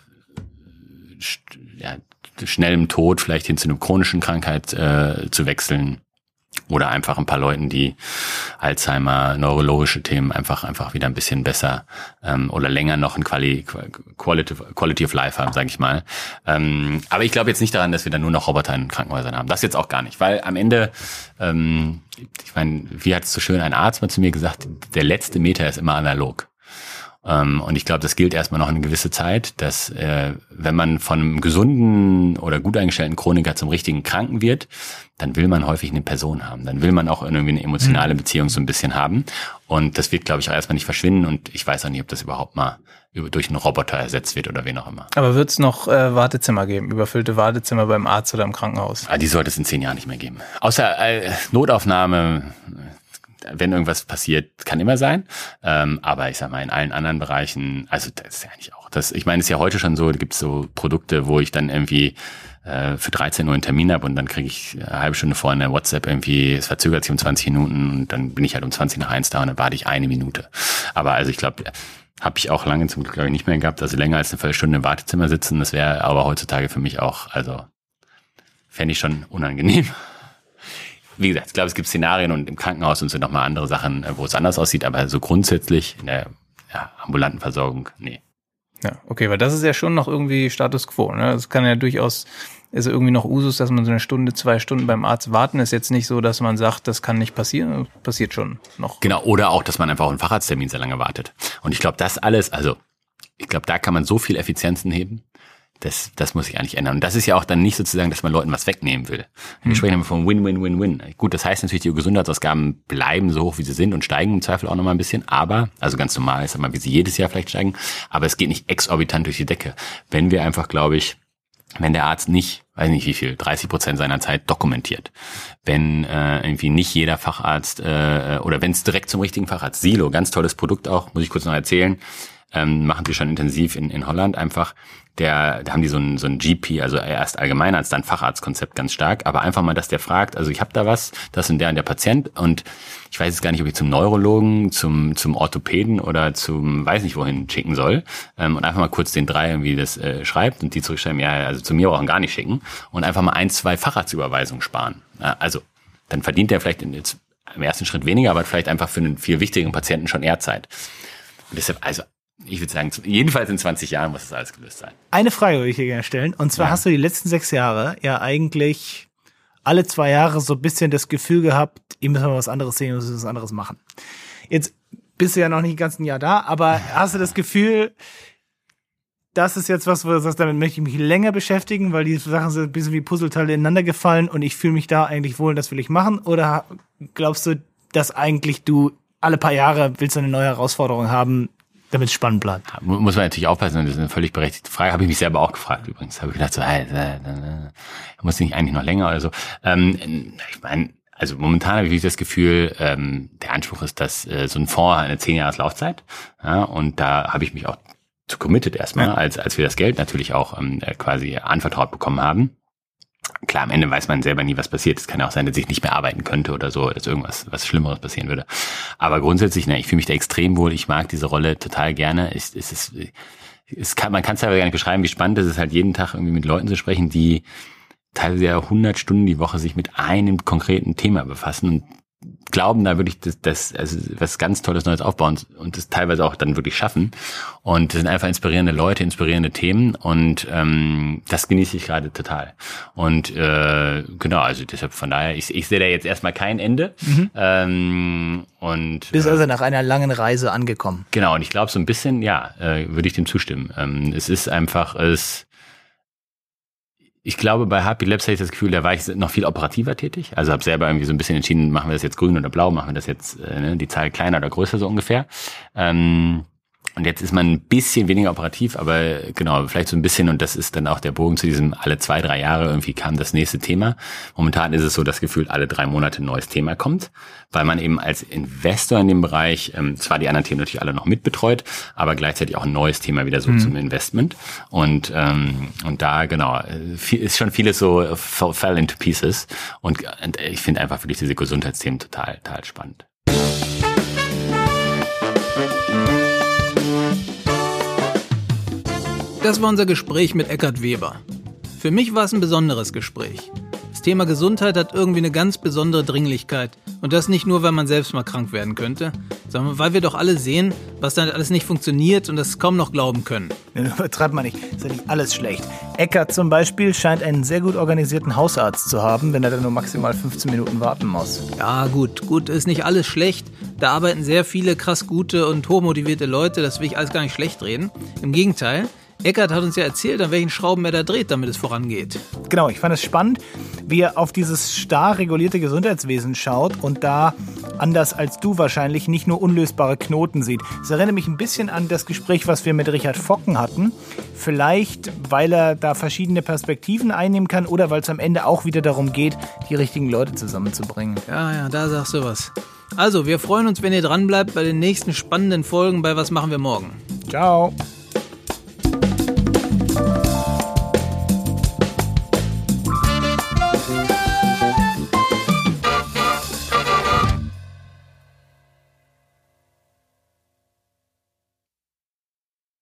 schnellem Tod vielleicht hin zu einer chronischen Krankheit zu wechseln. Oder einfach ein paar Leuten, die Alzheimer, neurologische Themen einfach wieder ein bisschen besser oder länger noch ein Quality of Life haben, sage ich mal. Aber ich glaube jetzt nicht daran, dass wir dann nur noch Roboter in Krankenhäusern haben. Das jetzt auch gar nicht, weil am Ende, ich meine, wie hat es so schön ein Arzt mal zu mir gesagt, der letzte Meter ist immer analog. Und ich glaube, das gilt erstmal noch eine gewisse Zeit, dass wenn man von einem gesunden oder gut eingestellten Chroniker zum richtigen Kranken wird, dann will man häufig eine Person haben. Dann will man auch irgendwie eine emotionale Beziehung so ein bisschen haben. Und das wird, glaube ich, auch erstmal nicht verschwinden. Und ich weiß auch nicht, ob das überhaupt mal durch einen Roboter ersetzt wird oder wen auch immer. Aber wird es noch Wartezimmer geben, überfüllte Wartezimmer beim Arzt oder im Krankenhaus? Die sollte es in 10 Jahren nicht mehr geben. Außer Notaufnahme, wenn irgendwas passiert, kann immer sein. Aber ich sag mal, in allen anderen Bereichen, also das ist ja eigentlich auch das. Ich meine, es ist ja heute schon so, da gibt es so Produkte, wo ich dann irgendwie für 13 Uhr einen Termin habe und dann kriege ich eine halbe Stunde vorher eine WhatsApp irgendwie, es verzögert sich um 20 Minuten und dann bin ich halt um 20 nach 1 da und dann warte ich 1 Minute. Aber also ich glaube, habe ich auch lange zum Glück, glaube ich, nicht mehr gehabt. Also länger als eine Viertelstunde im Wartezimmer sitzen, das wäre aber heutzutage für mich auch, also fände ich schon unangenehm. Wie gesagt, ich glaube, es gibt Szenarien und im Krankenhaus und so nochmal andere Sachen, wo es anders aussieht, aber so grundsätzlich in der ambulanten Versorgung, nee. Ja, okay, weil das ist ja schon noch irgendwie Status Quo, ne? Das kann ja durchaus, ist irgendwie noch Usus, dass man so eine Stunde, 2 Stunden beim Arzt warten, ist jetzt nicht so, dass man sagt, das kann nicht passieren, passiert schon noch. Genau, oder auch, dass man einfach auf einen Facharzttermin sehr lange wartet. Und ich glaube, das alles, also ich glaube, da kann man so viel Effizienzen heben. Das muss sich eigentlich ändern. Und das ist ja auch dann nicht sozusagen, dass man Leuten was wegnehmen will. Wir sprechen immer von Win-Win-Win-Win. Gut, das heißt natürlich, die Gesundheitsausgaben bleiben so hoch, wie sie sind und steigen im Zweifel auch nochmal ein bisschen. Aber, also ganz normal ist mal, wie sie jedes Jahr vielleicht steigen. Aber es geht nicht exorbitant durch die Decke. Wenn wir einfach, glaube ich, wenn der Arzt nicht, weiß nicht wie viel, 30% seiner Zeit dokumentiert, wenn irgendwie nicht jeder Facharzt oder wenn es direkt zum richtigen Facharzt, Silo, ganz tolles Produkt auch, muss ich kurz noch erzählen, machen sie schon intensiv in Holland einfach. Da haben die so ein GP, also erst Allgemeinarzt, dann Facharztkonzept ganz stark, aber einfach mal, dass der fragt, also ich habe da was, das und der Patient und ich weiß jetzt gar nicht, ob ich zum Neurologen, zum Orthopäden oder zum weiß nicht wohin schicken soll und einfach mal kurz den 3 irgendwie das schreibt und die zurückschreiben, ja, also zu mir brauchen gar nicht schicken und einfach mal 1, 2 Facharztüberweisungen sparen. Also dann verdient der vielleicht jetzt im ersten Schritt weniger, aber vielleicht einfach für einen viel wichtigen Patienten schon eher Zeit. Und deshalb, also ich würde sagen, jedenfalls in 20 Jahren muss das alles gelöst sein. Eine Frage würde ich dir gerne stellen. Und zwar hast du die letzten 6 Jahre ja eigentlich alle 2 Jahre so ein bisschen das Gefühl gehabt, ihr müsst mal was anderes sehen, ihr müsst was anderes machen. Jetzt bist du ja noch nicht ganz ein Jahr da, aber hast du das Gefühl, das ist jetzt was, wo du sagst, damit möchte ich mich länger beschäftigen, weil die Sachen sind ein bisschen wie Puzzleteile ineinander gefallen und ich fühle mich da eigentlich wohl und das will ich machen? Oder glaubst du, dass eigentlich du alle paar Jahre willst du eine neue Herausforderung haben, damit es spannend bleibt? Muss man natürlich aufpassen, das ist eine völlig berechtigte Frage. Habe ich mich selber auch gefragt übrigens. Habe ich gedacht so, muss nicht eigentlich noch länger oder so. Ich meine, also momentan habe ich wirklich das Gefühl, der Anspruch ist, dass so ein Fonds eine 10 Jahres Laufzeit. Ja, und da habe ich mich auch zu committed erstmal, als wir das Geld natürlich auch quasi anvertraut bekommen haben. Klar, am Ende weiß man selber nie, was passiert. Es kann ja auch sein, dass ich nicht mehr arbeiten könnte oder so, dass irgendwas was Schlimmeres passieren würde. Aber grundsätzlich, ich fühle mich da extrem wohl. Ich mag diese Rolle total gerne. Man kann es aber gar nicht beschreiben, wie spannend es ist, halt jeden Tag irgendwie mit Leuten zu sprechen, die teilweise ja 100 Stunden die Woche sich mit einem konkreten Thema befassen und glauben da wirklich, dass also was ganz Tolles Neues aufbauen und das teilweise auch dann wirklich schaffen. Und das sind einfach inspirierende Leute, inspirierende Themen und das genieße ich gerade total. Und genau, also deshalb von daher, ich sehe da jetzt erstmal kein Ende. Und bist also nach einer langen Reise angekommen. Genau, und ich glaube so ein bisschen, würde ich dem zustimmen. Es ist einfach, ich glaube, bei Happy Labs habe ich das Gefühl, da war ich noch viel operativer tätig. Also habe selber irgendwie so ein bisschen entschieden, machen wir das jetzt grün oder blau, machen wir das jetzt die Zahl kleiner oder größer so ungefähr. Und jetzt ist man ein bisschen weniger operativ, aber genau, vielleicht so ein bisschen, und das ist dann auch der Bogen zu diesem, alle 2-3 Jahre irgendwie kam das nächste Thema. Momentan ist es so, das Gefühl, alle 3 Monate ein neues Thema kommt, weil man eben als Investor in dem Bereich zwar die anderen Themen natürlich alle noch mitbetreut, aber gleichzeitig auch ein neues Thema wieder so zum Investment. Und da, genau, ist schon vieles so fell into pieces. Und ich finde einfach wirklich diese Gesundheitsthemen total spannend. Das war unser Gespräch mit Eckhard Weber. Für mich war es ein besonderes Gespräch. Das Thema Gesundheit hat irgendwie eine ganz besondere Dringlichkeit. Und das nicht nur, weil man selbst mal krank werden könnte, sondern weil wir doch alle sehen, was dann alles nicht funktioniert und das kaum noch glauben können. Übertreibt man nicht, ist ja nicht alles schlecht. Eckhard zum Beispiel scheint einen sehr gut organisierten Hausarzt zu haben, wenn er dann nur maximal 15 Minuten warten muss. Ja, gut ist nicht alles schlecht. Da arbeiten sehr viele krass gute und hochmotivierte Leute, das will ich alles gar nicht schlecht reden. Im Gegenteil. Eckhard hat uns ja erzählt, an welchen Schrauben er da dreht, damit es vorangeht. Genau, ich fand es spannend, wie er auf dieses starr regulierte Gesundheitswesen schaut und da, anders als du wahrscheinlich, nicht nur unlösbare Knoten sieht. Es erinnert mich ein bisschen an das Gespräch, was wir mit Richard Focken hatten. Vielleicht, weil er da verschiedene Perspektiven einnehmen kann oder weil es am Ende auch wieder darum geht, die richtigen Leute zusammenzubringen. Ja, da sagst du was. Also, wir freuen uns, wenn ihr dranbleibt bei den nächsten spannenden Folgen bei Was machen wir morgen. Ciao.